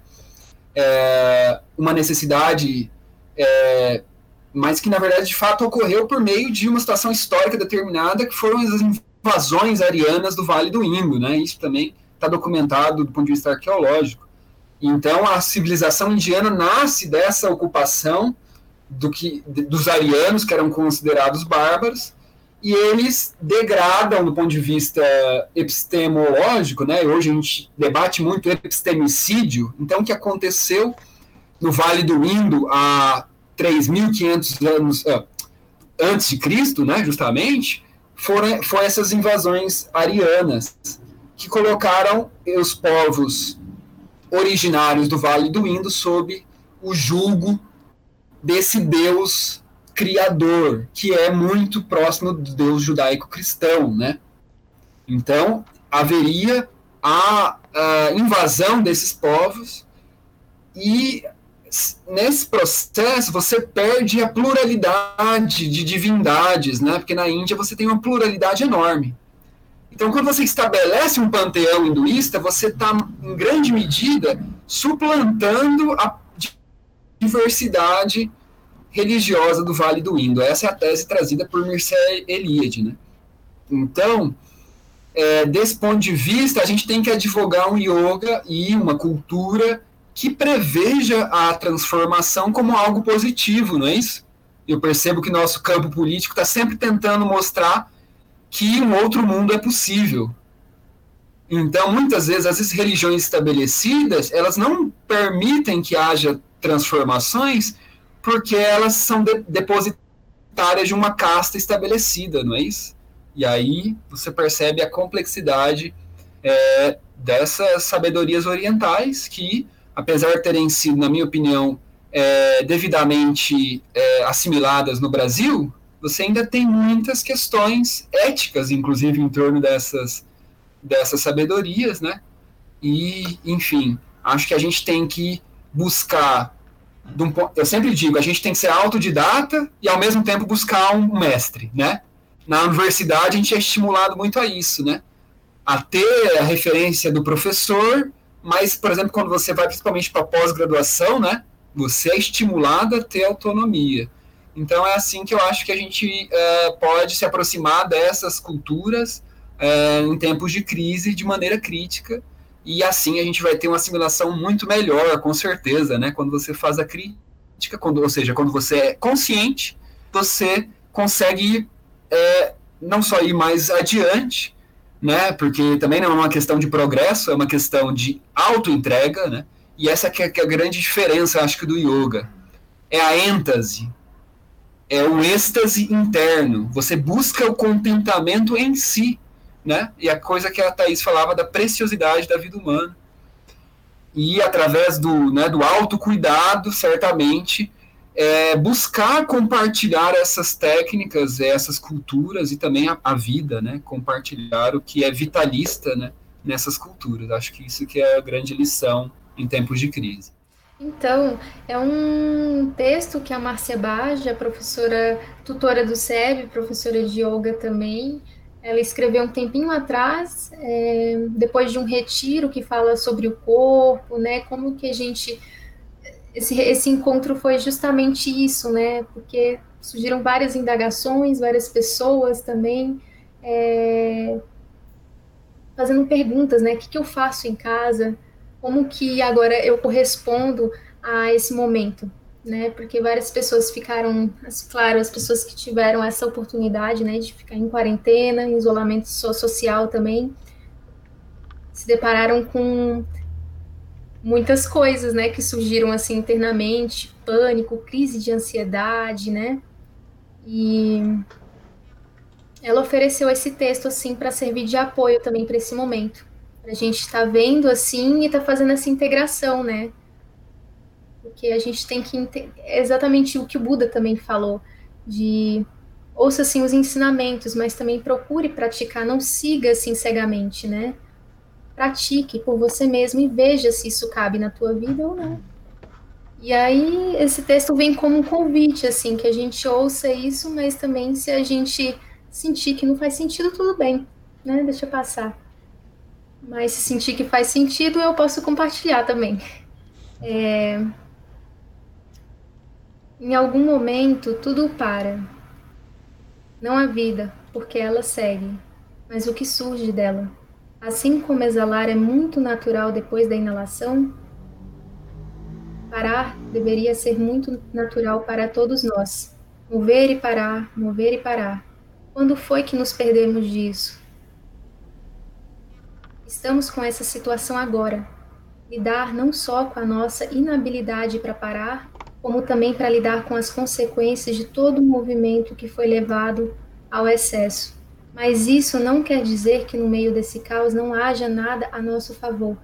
é, uma necessidade... É, mas que, na verdade, de fato, ocorreu por meio de uma situação histórica determinada, que foram as invasões arianas do Vale do Indo, né? Isso também está documentado do ponto de vista arqueológico. Então, a civilização indiana nasce dessa ocupação do que, dos arianos, que eram considerados bárbaros, e eles degradam do ponto de vista epistemológico, né? Hoje a gente debate muito epistemicídio. Então, o que aconteceu no Vale do Indo há três mil e quinhentos anos uh, antes de Cristo, né, justamente, foram, foram essas invasões arianas que colocaram os povos originários do Vale do Indo sob o jugo desse Deus criador, que é muito próximo do Deus judaico-cristão, né? Então, haveria a, a invasão desses povos e nesse processo você perde a pluralidade de divindades, né? Porque na Índia você tem uma pluralidade enorme. Então, quando você estabelece um panteão hinduísta, você está, em grande medida, suplantando a diversidade religiosa do Vale do Indo. Essa é a tese trazida por Mircea Eliade, né? Então, é, desse ponto de vista, a gente tem que advogar um yoga e uma cultura que preveja a transformação como algo positivo, não é isso? Eu percebo que nosso campo político está sempre tentando mostrar que um outro mundo é possível. Então, muitas vezes, as religiões estabelecidas, elas não permitem que haja transformações porque elas são de- depositárias de uma casta estabelecida, não é isso? E aí você percebe a complexidade é, dessas sabedorias orientais que, apesar de terem sido, na minha opinião, é, devidamente é, assimiladas no Brasil, você ainda tem muitas questões éticas, inclusive, em torno dessas, dessas sabedorias, né? E, enfim, acho que a gente tem que buscar, de um, eu sempre digo, a gente tem que ser autodidata e, ao mesmo tempo, buscar um mestre, né? Na universidade, a gente é estimulado muito a isso, né? A ter a referência do professor, mas, por exemplo, quando você vai principalmente para pós-graduação, né, você é estimulado a ter autonomia. Então, é assim que eu acho que a gente é, pode se aproximar dessas culturas é, em tempos de crise de maneira crítica, e assim a gente vai ter uma assimilação muito melhor, com certeza, né, quando você faz a crítica, quando, ou seja, quando você é consciente, você consegue é, não só ir mais adiante, né, porque também não é uma questão de progresso, é uma questão de autoentrega, né, e essa que é, que é a grande diferença, acho que, do yoga. É a êntase, é o êxtase interno, você busca o contentamento em si, né, e a coisa que a Thaís falava da preciosidade da vida humana. E através do, né, do autocuidado, certamente, é, buscar compartilhar essas técnicas, essas culturas e também a, a vida, né? Compartilhar o que é vitalista, né, nessas culturas. Acho que isso que é a grande lição em tempos de crise. Então, é um texto que a Márcia Baja, professora, tutora do S E B, professora de yoga também, ela escreveu um tempinho atrás, é, depois de um retiro que fala sobre o corpo, né? Como que a gente... Esse, esse encontro foi justamente isso, né? Porque surgiram várias indagações, várias pessoas também é, fazendo perguntas, né? O que, que eu faço em casa? Como que agora eu correspondo a esse momento, né? Porque várias pessoas ficaram, claro, as pessoas que tiveram essa oportunidade, né, de ficar em quarentena, em isolamento social também, se depararam com muitas coisas, né, que surgiram assim internamente, pânico, crise de ansiedade, né? E ela ofereceu esse texto assim para servir de apoio também para esse momento. A gente está vendo assim e está fazendo essa integração, né? Porque a gente tem que entender exatamente o que o Buda também falou, de ouça assim os ensinamentos, mas também procure praticar, não siga assim cegamente, né? Pratique por você mesmo e veja se isso cabe na tua vida ou não. E aí esse texto vem como um convite, assim, que a gente ouça isso, mas também se a gente sentir que não faz sentido, tudo bem, né? Deixa passar. Mas se sentir que faz sentido, eu posso compartilhar também. É... Em algum momento, tudo para. Não a vida, porque ela segue, mas o que surge dela. Assim como exalar é muito natural depois da inalação, parar deveria ser muito natural para todos nós. Mover e parar, mover e parar. Quando foi que nos perdemos disso? Estamos com essa situação agora. Lidar não só com a nossa inabilidade para parar, como também para lidar com as consequências de todo o movimento que foi levado ao excesso. Mas isso não quer dizer que no meio desse caos não haja nada a nosso favor.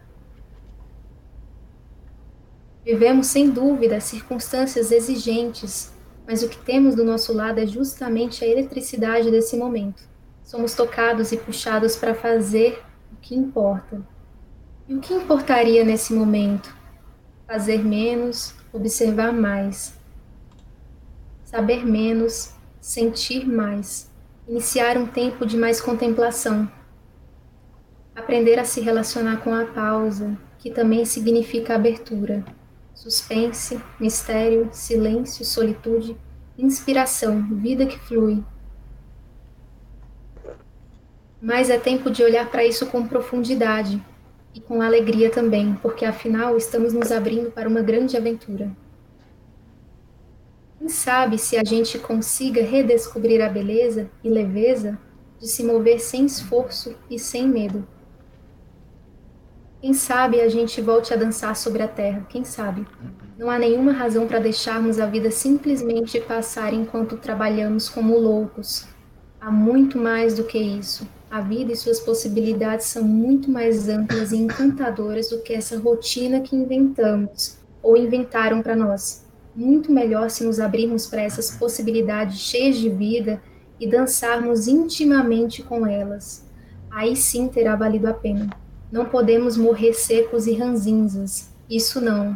Vivemos sem dúvida circunstâncias exigentes, mas o que temos do nosso lado é justamente a eletricidade desse momento. Somos tocados e puxados para fazer o que importa. E o que importaria nesse momento? Fazer menos, observar mais. Saber menos, sentir mais. Iniciar um tempo de mais contemplação. Aprender a se relacionar com a pausa, que também significa abertura. Suspense, mistério, silêncio, solitude, inspiração, vida que flui. Mas é tempo de olhar para isso com profundidade e com alegria também, porque afinal estamos nos abrindo para uma grande aventura. Quem sabe se a gente consiga redescobrir a beleza e leveza de se mover sem esforço e sem medo. Quem sabe a gente volte a dançar sobre a terra, quem sabe? Não há nenhuma razão para deixarmos a vida simplesmente passar enquanto trabalhamos como loucos. Há muito mais do que isso. A vida e suas possibilidades são muito mais amplas e encantadoras do que essa rotina que inventamos ou inventaram para nós. Muito melhor se nos abrirmos para essas possibilidades cheias de vida e dançarmos intimamente com elas. Aí sim terá valido a pena. Não podemos morrer secos e ranzinzas. Isso não.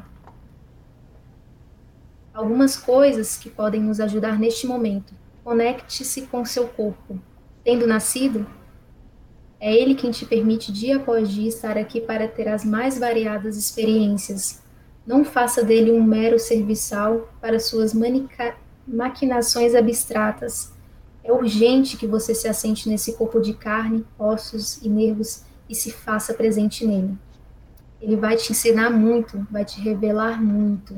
Algumas coisas que podem nos ajudar neste momento. Conecte-se com seu corpo. Tendo nascido, é ele quem te permite dia após dia estar aqui para ter as mais variadas experiências. Não faça dele um mero serviçal para suas manica... maquinações abstratas. É urgente que você se assente nesse corpo de carne, ossos e nervos e se faça presente nele. Ele vai te ensinar muito, vai te revelar muito.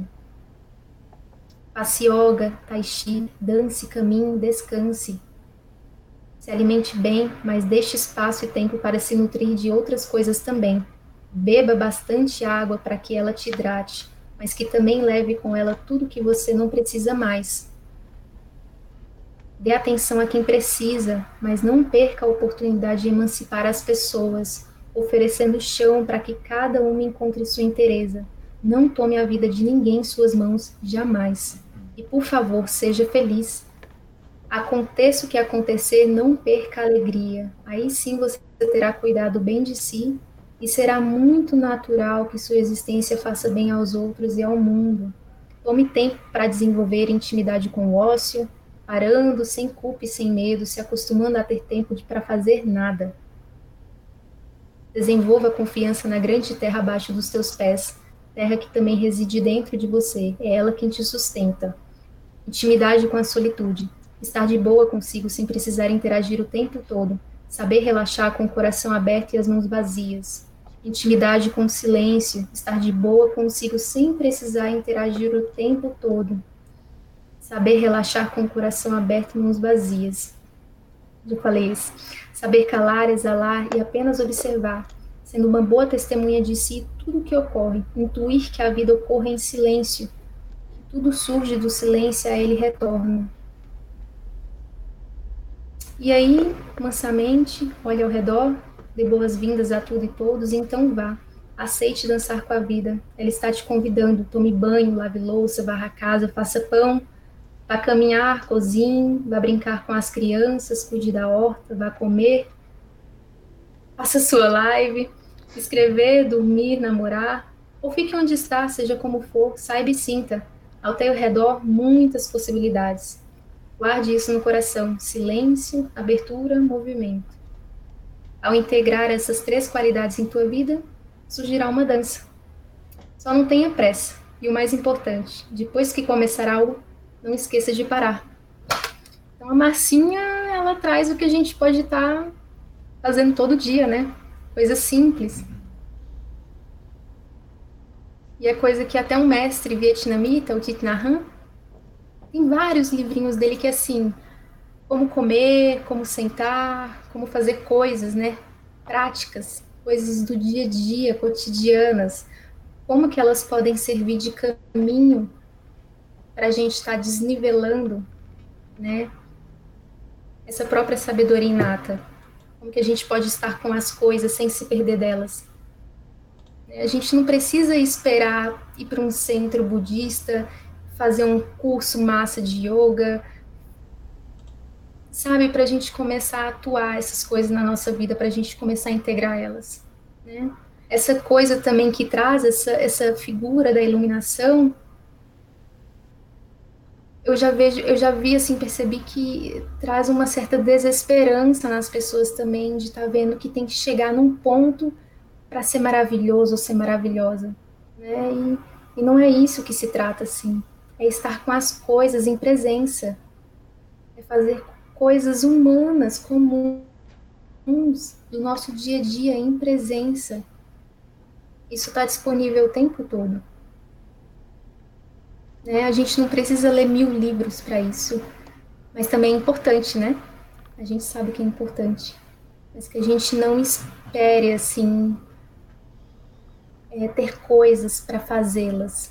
Faça yoga, tai chi, dance, caminhe, descanse. Se alimente bem, mas deixe espaço e tempo para se nutrir de outras coisas também. Beba bastante água para que ela te hidrate, mas que também leve com ela tudo que você não precisa mais. Dê atenção a quem precisa, mas não perca a oportunidade de emancipar as pessoas, oferecendo chão para que cada uma encontre sua inteireza. Não tome a vida de ninguém em suas mãos, jamais. E, por favor, seja feliz. Aconteça o que acontecer, não perca a alegria. Aí sim você terá cuidado bem de si e será muito natural que sua existência faça bem aos outros e ao mundo. Tome tempo para desenvolver intimidade com o ócio, parando sem culpa e sem medo, se acostumando a ter tempo para fazer nada. Desenvolva confiança na grande terra abaixo dos teus pés, terra que também reside dentro de você, é ela quem te sustenta. Intimidade com a solitude. Estar de boa consigo sem precisar interagir o tempo todo. Saber relaxar com o coração aberto e as mãos vazias. Intimidade com o silêncio. Estar de boa consigo sem precisar interagir o tempo todo. Saber relaxar com o coração aberto e mãos vazias. Já falei isso. Saber calar, exalar e apenas observar, sendo uma boa testemunha de si tudo o que ocorre. Intuir que a vida ocorre em silêncio. Que tudo surge do silêncio e a ele retorna. E aí, mansamente, olhe ao redor, dê boas-vindas a tudo e todos, e então vá. Aceite dançar com a vida. Ela está te convidando. Tome banho, lave louça, varra a casa, faça pão. Vá caminhar, cozinhe, vá brincar com as crianças, cuide da horta, vá comer. Faça sua live, escrever, dormir, namorar. Ou fique onde está, seja como for, saiba e sinta. Ao teu redor, muitas possibilidades. Guarde isso no coração. Silêncio, abertura, movimento. Ao integrar essas três qualidades em tua vida, surgirá uma dança. Só não tenha pressa. E o mais importante, depois que começar algo, não esqueça de parar. Então a Marcinha, ela traz o que a gente pode estar fazendo todo dia, né? Coisa simples. E é coisa que até um mestre vietnamita, o Thich Nhat Hanh, tem vários livrinhos dele que é assim, como comer, como sentar, como fazer coisas, né? Práticas, coisas do dia a dia, cotidianas, como que elas podem servir de caminho para a gente estar desnivelando, né? Essa própria sabedoria inata. Como que a gente pode estar com as coisas sem se perder delas. A gente não precisa esperar ir para um centro budista, fazer um curso massa de yoga, sabe, para a gente começar a atuar essas coisas na nossa vida, para a gente começar a integrar elas, né? Essa coisa também que traz essa, essa figura da iluminação, eu já vejo, eu já vi assim, percebi que traz uma certa desesperança nas pessoas também, de estar vendo que tem que chegar num ponto para ser maravilhoso ou ser maravilhosa, né? E, e não é isso que se trata, assim. É estar com as coisas em presença. É fazer coisas humanas, comuns, do nosso dia a dia em presença. Isso está disponível o tempo todo. Né? A gente não precisa ler mil livros para isso, mas também é importante, né? A gente sabe que é importante, mas que a gente não espere, assim, é, ter coisas para fazê-las,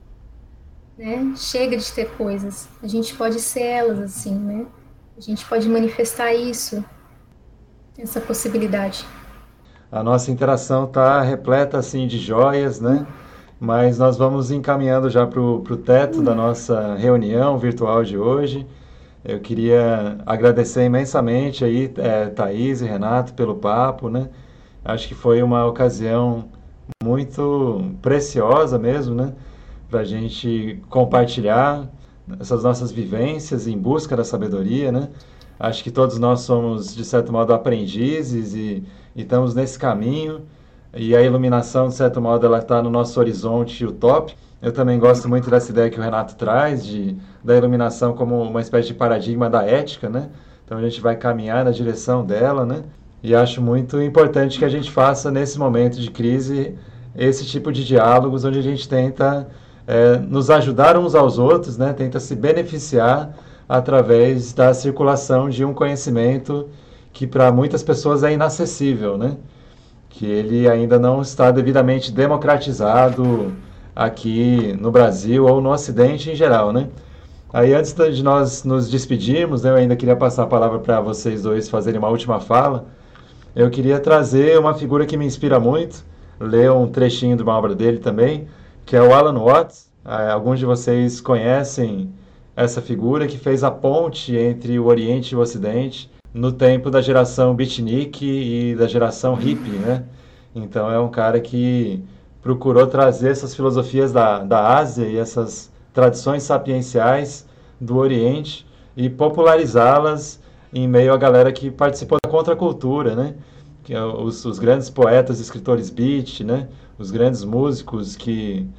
né? Chega de ter coisas, a gente pode ser elas, assim, né? A gente pode manifestar isso, essa possibilidade. A nossa interação está repleta, assim, de joias, né? Mas nós vamos encaminhando já para o teto da nossa reunião virtual de hoje. Eu queria agradecer imensamente aí, é, Thaís e Renato, pelo papo, né? Acho que foi uma ocasião muito preciosa mesmo, né? Para a gente compartilhar essas nossas vivências em busca da sabedoria, né? Acho que todos nós somos, de certo modo, aprendizes e, e estamos nesse caminho. E a iluminação, de certo modo, ela está no nosso horizonte utópico. Eu também gosto muito dessa ideia que o Renato traz, de, da iluminação como uma espécie de paradigma da ética, né? Então a gente vai caminhar na direção dela, né? E acho muito importante que a gente faça, nesse momento de crise, esse tipo de diálogos, onde a gente tenta é, nos ajudar uns aos outros, né? Tenta se beneficiar através da circulação de um conhecimento que para muitas pessoas é inacessível, né? Que ele ainda não está devidamente democratizado aqui no Brasil ou no Ocidente em geral, né? Aí, antes de nós nos despedirmos, né, eu ainda queria passar a palavra para vocês dois fazerem uma última fala. Eu queria trazer uma figura que me inspira muito, ler um trechinho de uma obra dele também, que é o Alan Watts. Alguns de vocês conhecem essa figura que fez a ponte entre o Oriente e o Ocidente no tempo da geração beatnik e da geração hippie, né? Então é um cara que procurou trazer essas filosofias da, da Ásia e essas tradições sapienciais do Oriente e popularizá-las em meio à galera que participou da contracultura, né? Que é os, os grandes poetas e escritores beat, né? Os grandes músicos que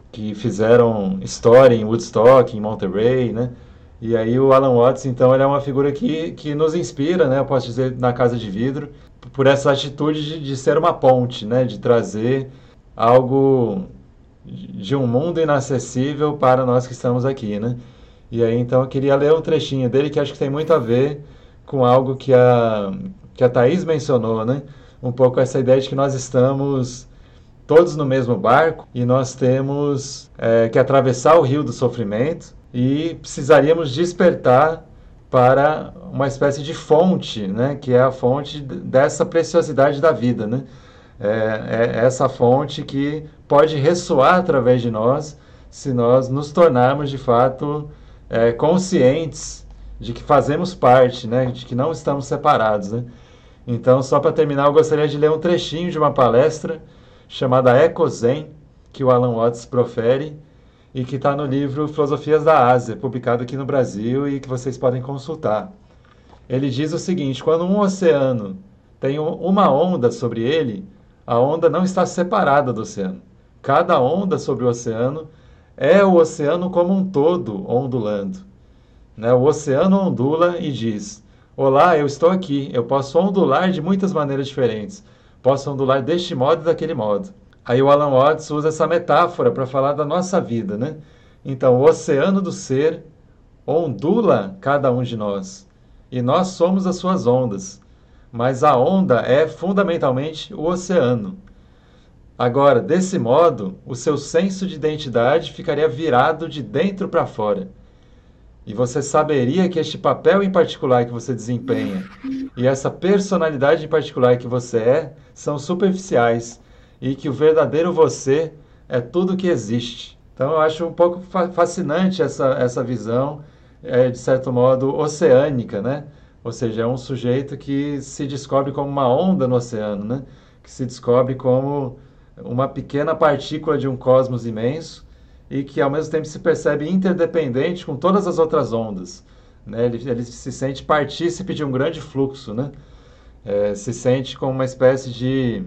que fizeram história em Woodstock, em Monterey, né? E aí o Alan Watts, então, ele é uma figura que, que nos inspira, né? Eu posso dizer, na Casa de Vidro, por essa atitude de, de ser uma ponte, né? De trazer algo de um mundo inacessível para nós que estamos aqui, né? E aí, então, eu queria ler um trechinho dele que acho que tem muito a ver com algo que a, que a Thaís mencionou, né? Um pouco essa ideia de que nós estamos todos no mesmo barco e nós temos é, que atravessar o rio do sofrimento e precisaríamos despertar para uma espécie de fonte, né? Que é a fonte dessa preciosidade da vida, né? É, é essa fonte que pode ressoar através de nós se nós nos tornarmos de fato é, conscientes de que fazemos parte, né? De que não estamos separados, né? Então, só para terminar, eu gostaria de ler um trechinho de uma palestra chamada Ecozen, que o Alan Watts profere e que está no livro Filosofias da Ásia, publicado aqui no Brasil e que vocês podem consultar. Ele diz o seguinte: quando um oceano tem uma onda sobre ele, a onda não está separada do oceano. Cada onda sobre o oceano é o oceano como um todo ondulando. Né? O oceano ondula e diz: olá, eu estou aqui, eu posso ondular de muitas maneiras diferentes. Posso ondular deste modo e daquele modo. Aí o Alan Watts usa essa metáfora para falar da nossa vida, né? Então, o oceano do ser ondula cada um de nós. E nós somos as suas ondas. Mas a onda é fundamentalmente o oceano. Agora, desse modo, o seu senso de identidade ficaria virado de dentro para fora. E você saberia que este papel em particular que você desempenha e essa personalidade em particular que você é são superficiais e que o verdadeiro você é tudo que existe. Então eu acho um pouco fascinante essa, essa visão, é, de certo modo, oceânica, né? Ou seja, é um sujeito que se descobre como uma onda no oceano, né? Que se descobre como uma pequena partícula de um cosmos imenso e que ao mesmo tempo se percebe interdependente com todas as outras ondas. Né? Ele, ele se sente partícipe de um grande fluxo, né? É, se sente como uma espécie de,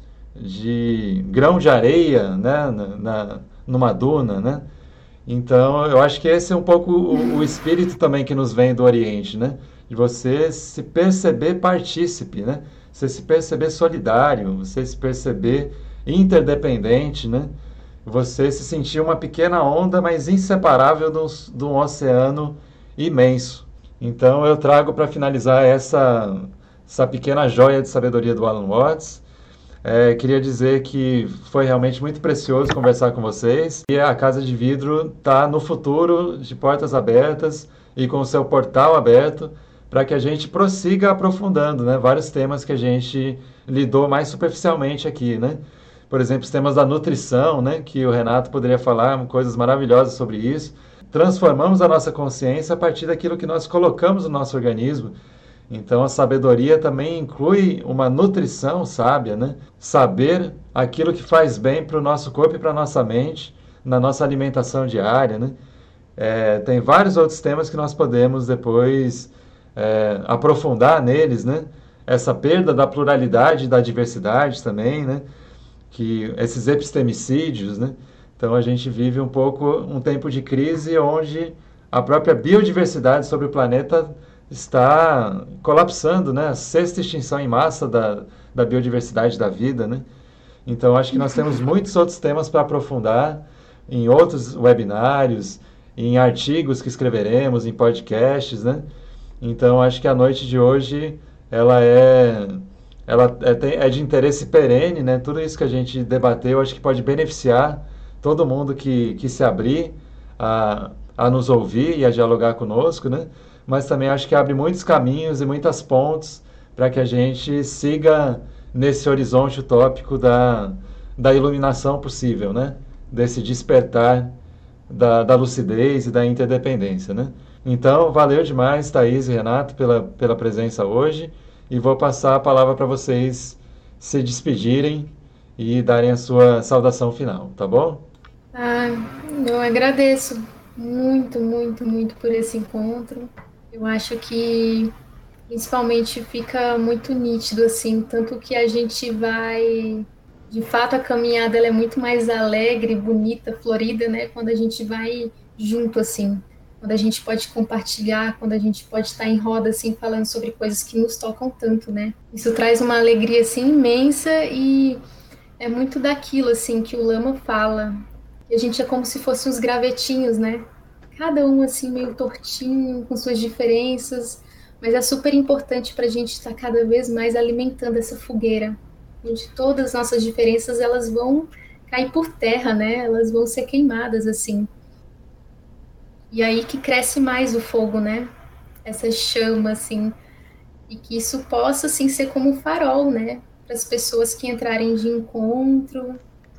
de grão de areia, né? na, na, numa duna. Né? Então, eu acho que esse é um pouco o, o espírito também que nos vem do Oriente, né? De você se perceber partícipe, né? Você se perceber solidário, você se perceber interdependente, né? Você se sentir uma pequena onda, mas inseparável de um, de um oceano imenso. Então eu trago para finalizar essa, essa pequena joia de sabedoria do Alan Watts. É, queria dizer que foi realmente muito precioso conversar com vocês. E a Casa de Vidro está no futuro, de portas abertas e com o seu portal aberto, para que a gente prossiga aprofundando, né, vários temas que a gente lidou mais superficialmente aqui, né? Por exemplo, os temas da nutrição, né, que o Renato poderia falar coisas maravilhosas sobre isso. Transformamos a nossa consciência a partir daquilo que nós colocamos no nosso organismo. Então, a sabedoria também inclui uma nutrição sábia, né? Saber aquilo que faz bem para o nosso corpo e para a nossa mente, na nossa alimentação diária, né? É, tem vários outros temas que nós podemos depois é, aprofundar neles, né? Essa perda da pluralidade e da diversidade também, né? Que esses epistemicídios, né? Então a gente vive um pouco um tempo de crise onde a própria biodiversidade sobre o planeta está colapsando, né? A sexta extinção em massa da, da biodiversidade da vida, né? Então acho que nós temos muitos outros temas para aprofundar em outros webinários, em artigos que escreveremos, em podcasts, né? Então acho que a noite de hoje ela é ela é de interesse perene, né? Tudo isso que a gente debateu, acho que pode beneficiar todo mundo que, que se abrir a, a nos ouvir e a dialogar conosco, né? Mas também acho que abre muitos caminhos e muitas pontes para que a gente siga nesse horizonte utópico da, da iluminação possível, né? Desse despertar da, da lucidez e da interdependência, né? Então, valeu demais, Thaís e Renato, pela, pela presença hoje. E vou passar a palavra para vocês se despedirem e darem a sua saudação final, tá bom? Ah, eu agradeço muito, muito, muito por esse encontro. Eu acho que principalmente fica muito nítido, assim, tanto que a gente vai De fato, a caminhada ela é muito mais alegre, bonita, florida, né? Quando a gente vai junto, assim. Quando a gente pode compartilhar, quando a gente pode estar em roda, assim, falando sobre coisas que nos tocam tanto, né? Isso traz uma alegria, assim, imensa e é muito daquilo, assim, que o Lama fala. E a gente é como se fossem uns gravetinhos, né? Cada um, assim, meio tortinho, com suas diferenças, mas é super importante para a gente estar cada vez mais alimentando essa fogueira, onde todas as nossas diferenças, elas vão cair por terra, né? Elas vão ser queimadas, assim. E aí que cresce mais o fogo, né? Essa chama, assim, e que isso possa, assim, ser como um farol, né? Para as pessoas que entrarem de encontro,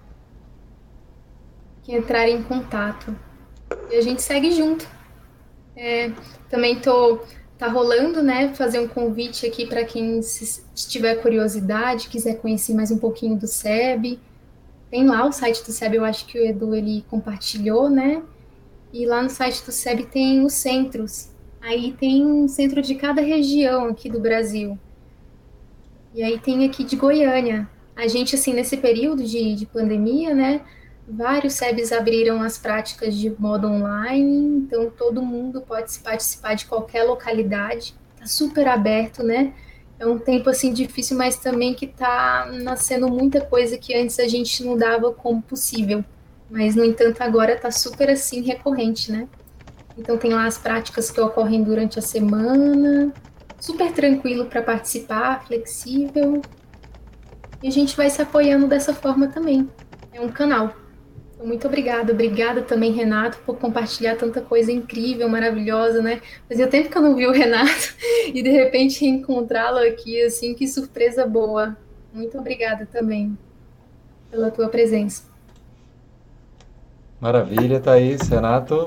que entrarem em contato. E a gente segue junto. É, também tô, tá rolando, né? Fazer um convite aqui para quem se, tiver curiosidade, quiser conhecer mais um pouquinho do S E B. Tem lá o site do S E B, eu acho que o Edu ele compartilhou, né? E lá no site do S E B tem os centros. Aí tem um centro de cada região aqui do Brasil. E aí tem aqui de Goiânia. A gente, assim, nesse período de, de pandemia, né? Vários S E Bs abriram as práticas de modo online, então todo mundo pode participar de qualquer localidade. Tá super aberto, né? É um tempo, assim, difícil, mas também que tá nascendo muita coisa que antes a gente não dava como possível. Mas, no entanto, agora está super, assim, recorrente, né? Então, tem lá as práticas que ocorrem durante a semana, super tranquilo para participar, flexível. E a gente vai se apoiando dessa forma também. É um canal. Então, muito obrigada. Obrigada também, Renato, por compartilhar tanta coisa incrível, maravilhosa, né? Fazia tempo que eu não vi o Renato e, de repente, encontrá-lo aqui, assim, que surpresa boa. Muito obrigada também pela tua presença. Maravilha, Thaís, Renato.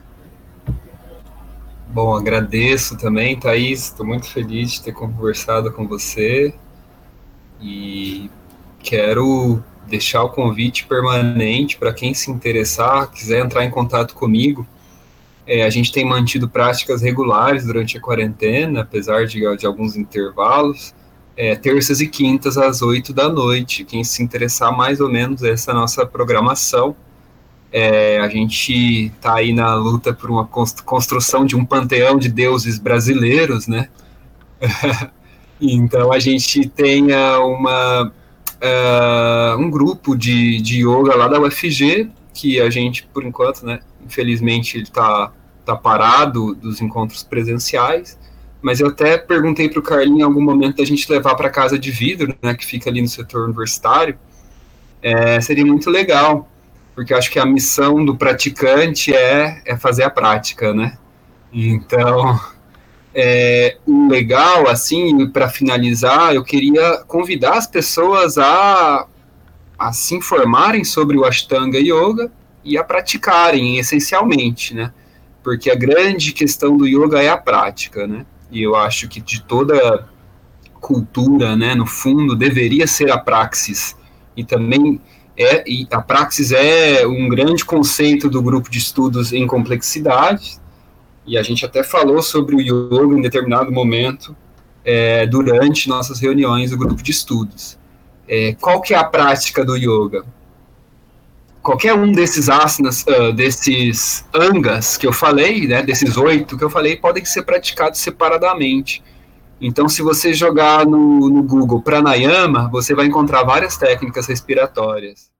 Bom, agradeço também, Thaís, estou muito feliz de ter conversado com você e quero deixar o convite permanente para quem se interessar, quiser entrar em contato comigo. É, a gente tem mantido práticas regulares durante a quarentena, apesar de, de alguns intervalos, é, terças e quintas às oito da noite. Quem se interessar mais ou menos essa é a nossa programação. É, a gente está aí na luta por uma construção de um panteão de deuses brasileiros, né? Então a gente tem uma, uh, um grupo de, de yoga lá da U F G, que a gente, por enquanto, né, infelizmente, ele está tá parado dos encontros presenciais, mas eu até perguntei para o Carlinhos em algum momento da gente levar para a Casa de Vidro, né, que fica ali no setor universitário. É, seria muito legal, porque eu acho que a missão do praticante é, é fazer a prática, né? Então, é, o legal, assim, para finalizar, eu queria convidar as pessoas a, a se informarem sobre o Ashtanga Yoga e a praticarem, essencialmente, né? Porque a grande questão do yoga é a prática, né? E eu acho que de toda cultura, né, no fundo, deveria ser a praxis. E também... É, e a praxis é um grande conceito do grupo de estudos em complexidade, e a gente até falou sobre o yoga em determinado momento, é, durante nossas reuniões do grupo de estudos. É, qual que é a prática do yoga? Qualquer um desses asanas, uh, desses angas que eu falei, né, desses oito que eu falei, podem ser praticados separadamente. Então, se você jogar no, no Google Pranayama, você vai encontrar várias técnicas respiratórias.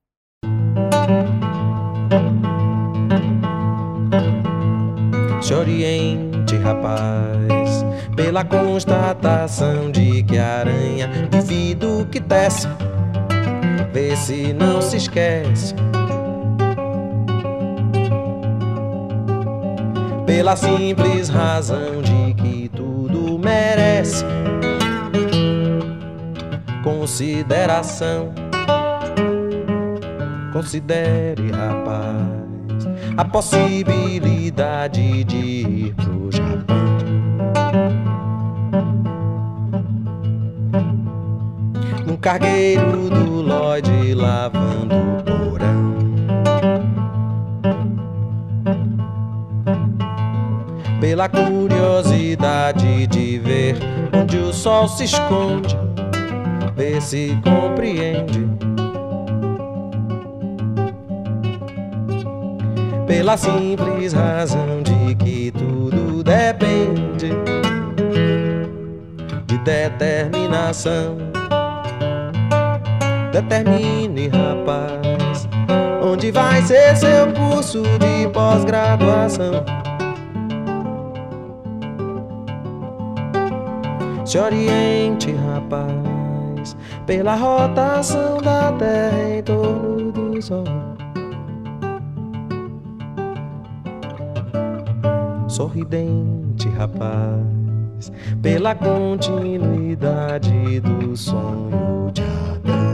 Se oriente, rapaz, pela constatação de que a aranha vive do que tece. Vê se não se esquece. Pela simples razão de que tudo merece consideração. Considere, rapaz, a possibilidade de ir pro Japão. Num cargueiro do Lloyd lavando o porão. Pela curiosidade de ver onde o sol se esconde, ver se compreende pela simples razão de que tudo depende de determinação. Determine, rapaz, onde vai ser seu curso de pós-graduação. Se oriente, rapaz, pela rotação da Terra em torno do Sol. Sorridente, rapaz, pela continuidade do sonho de Adão.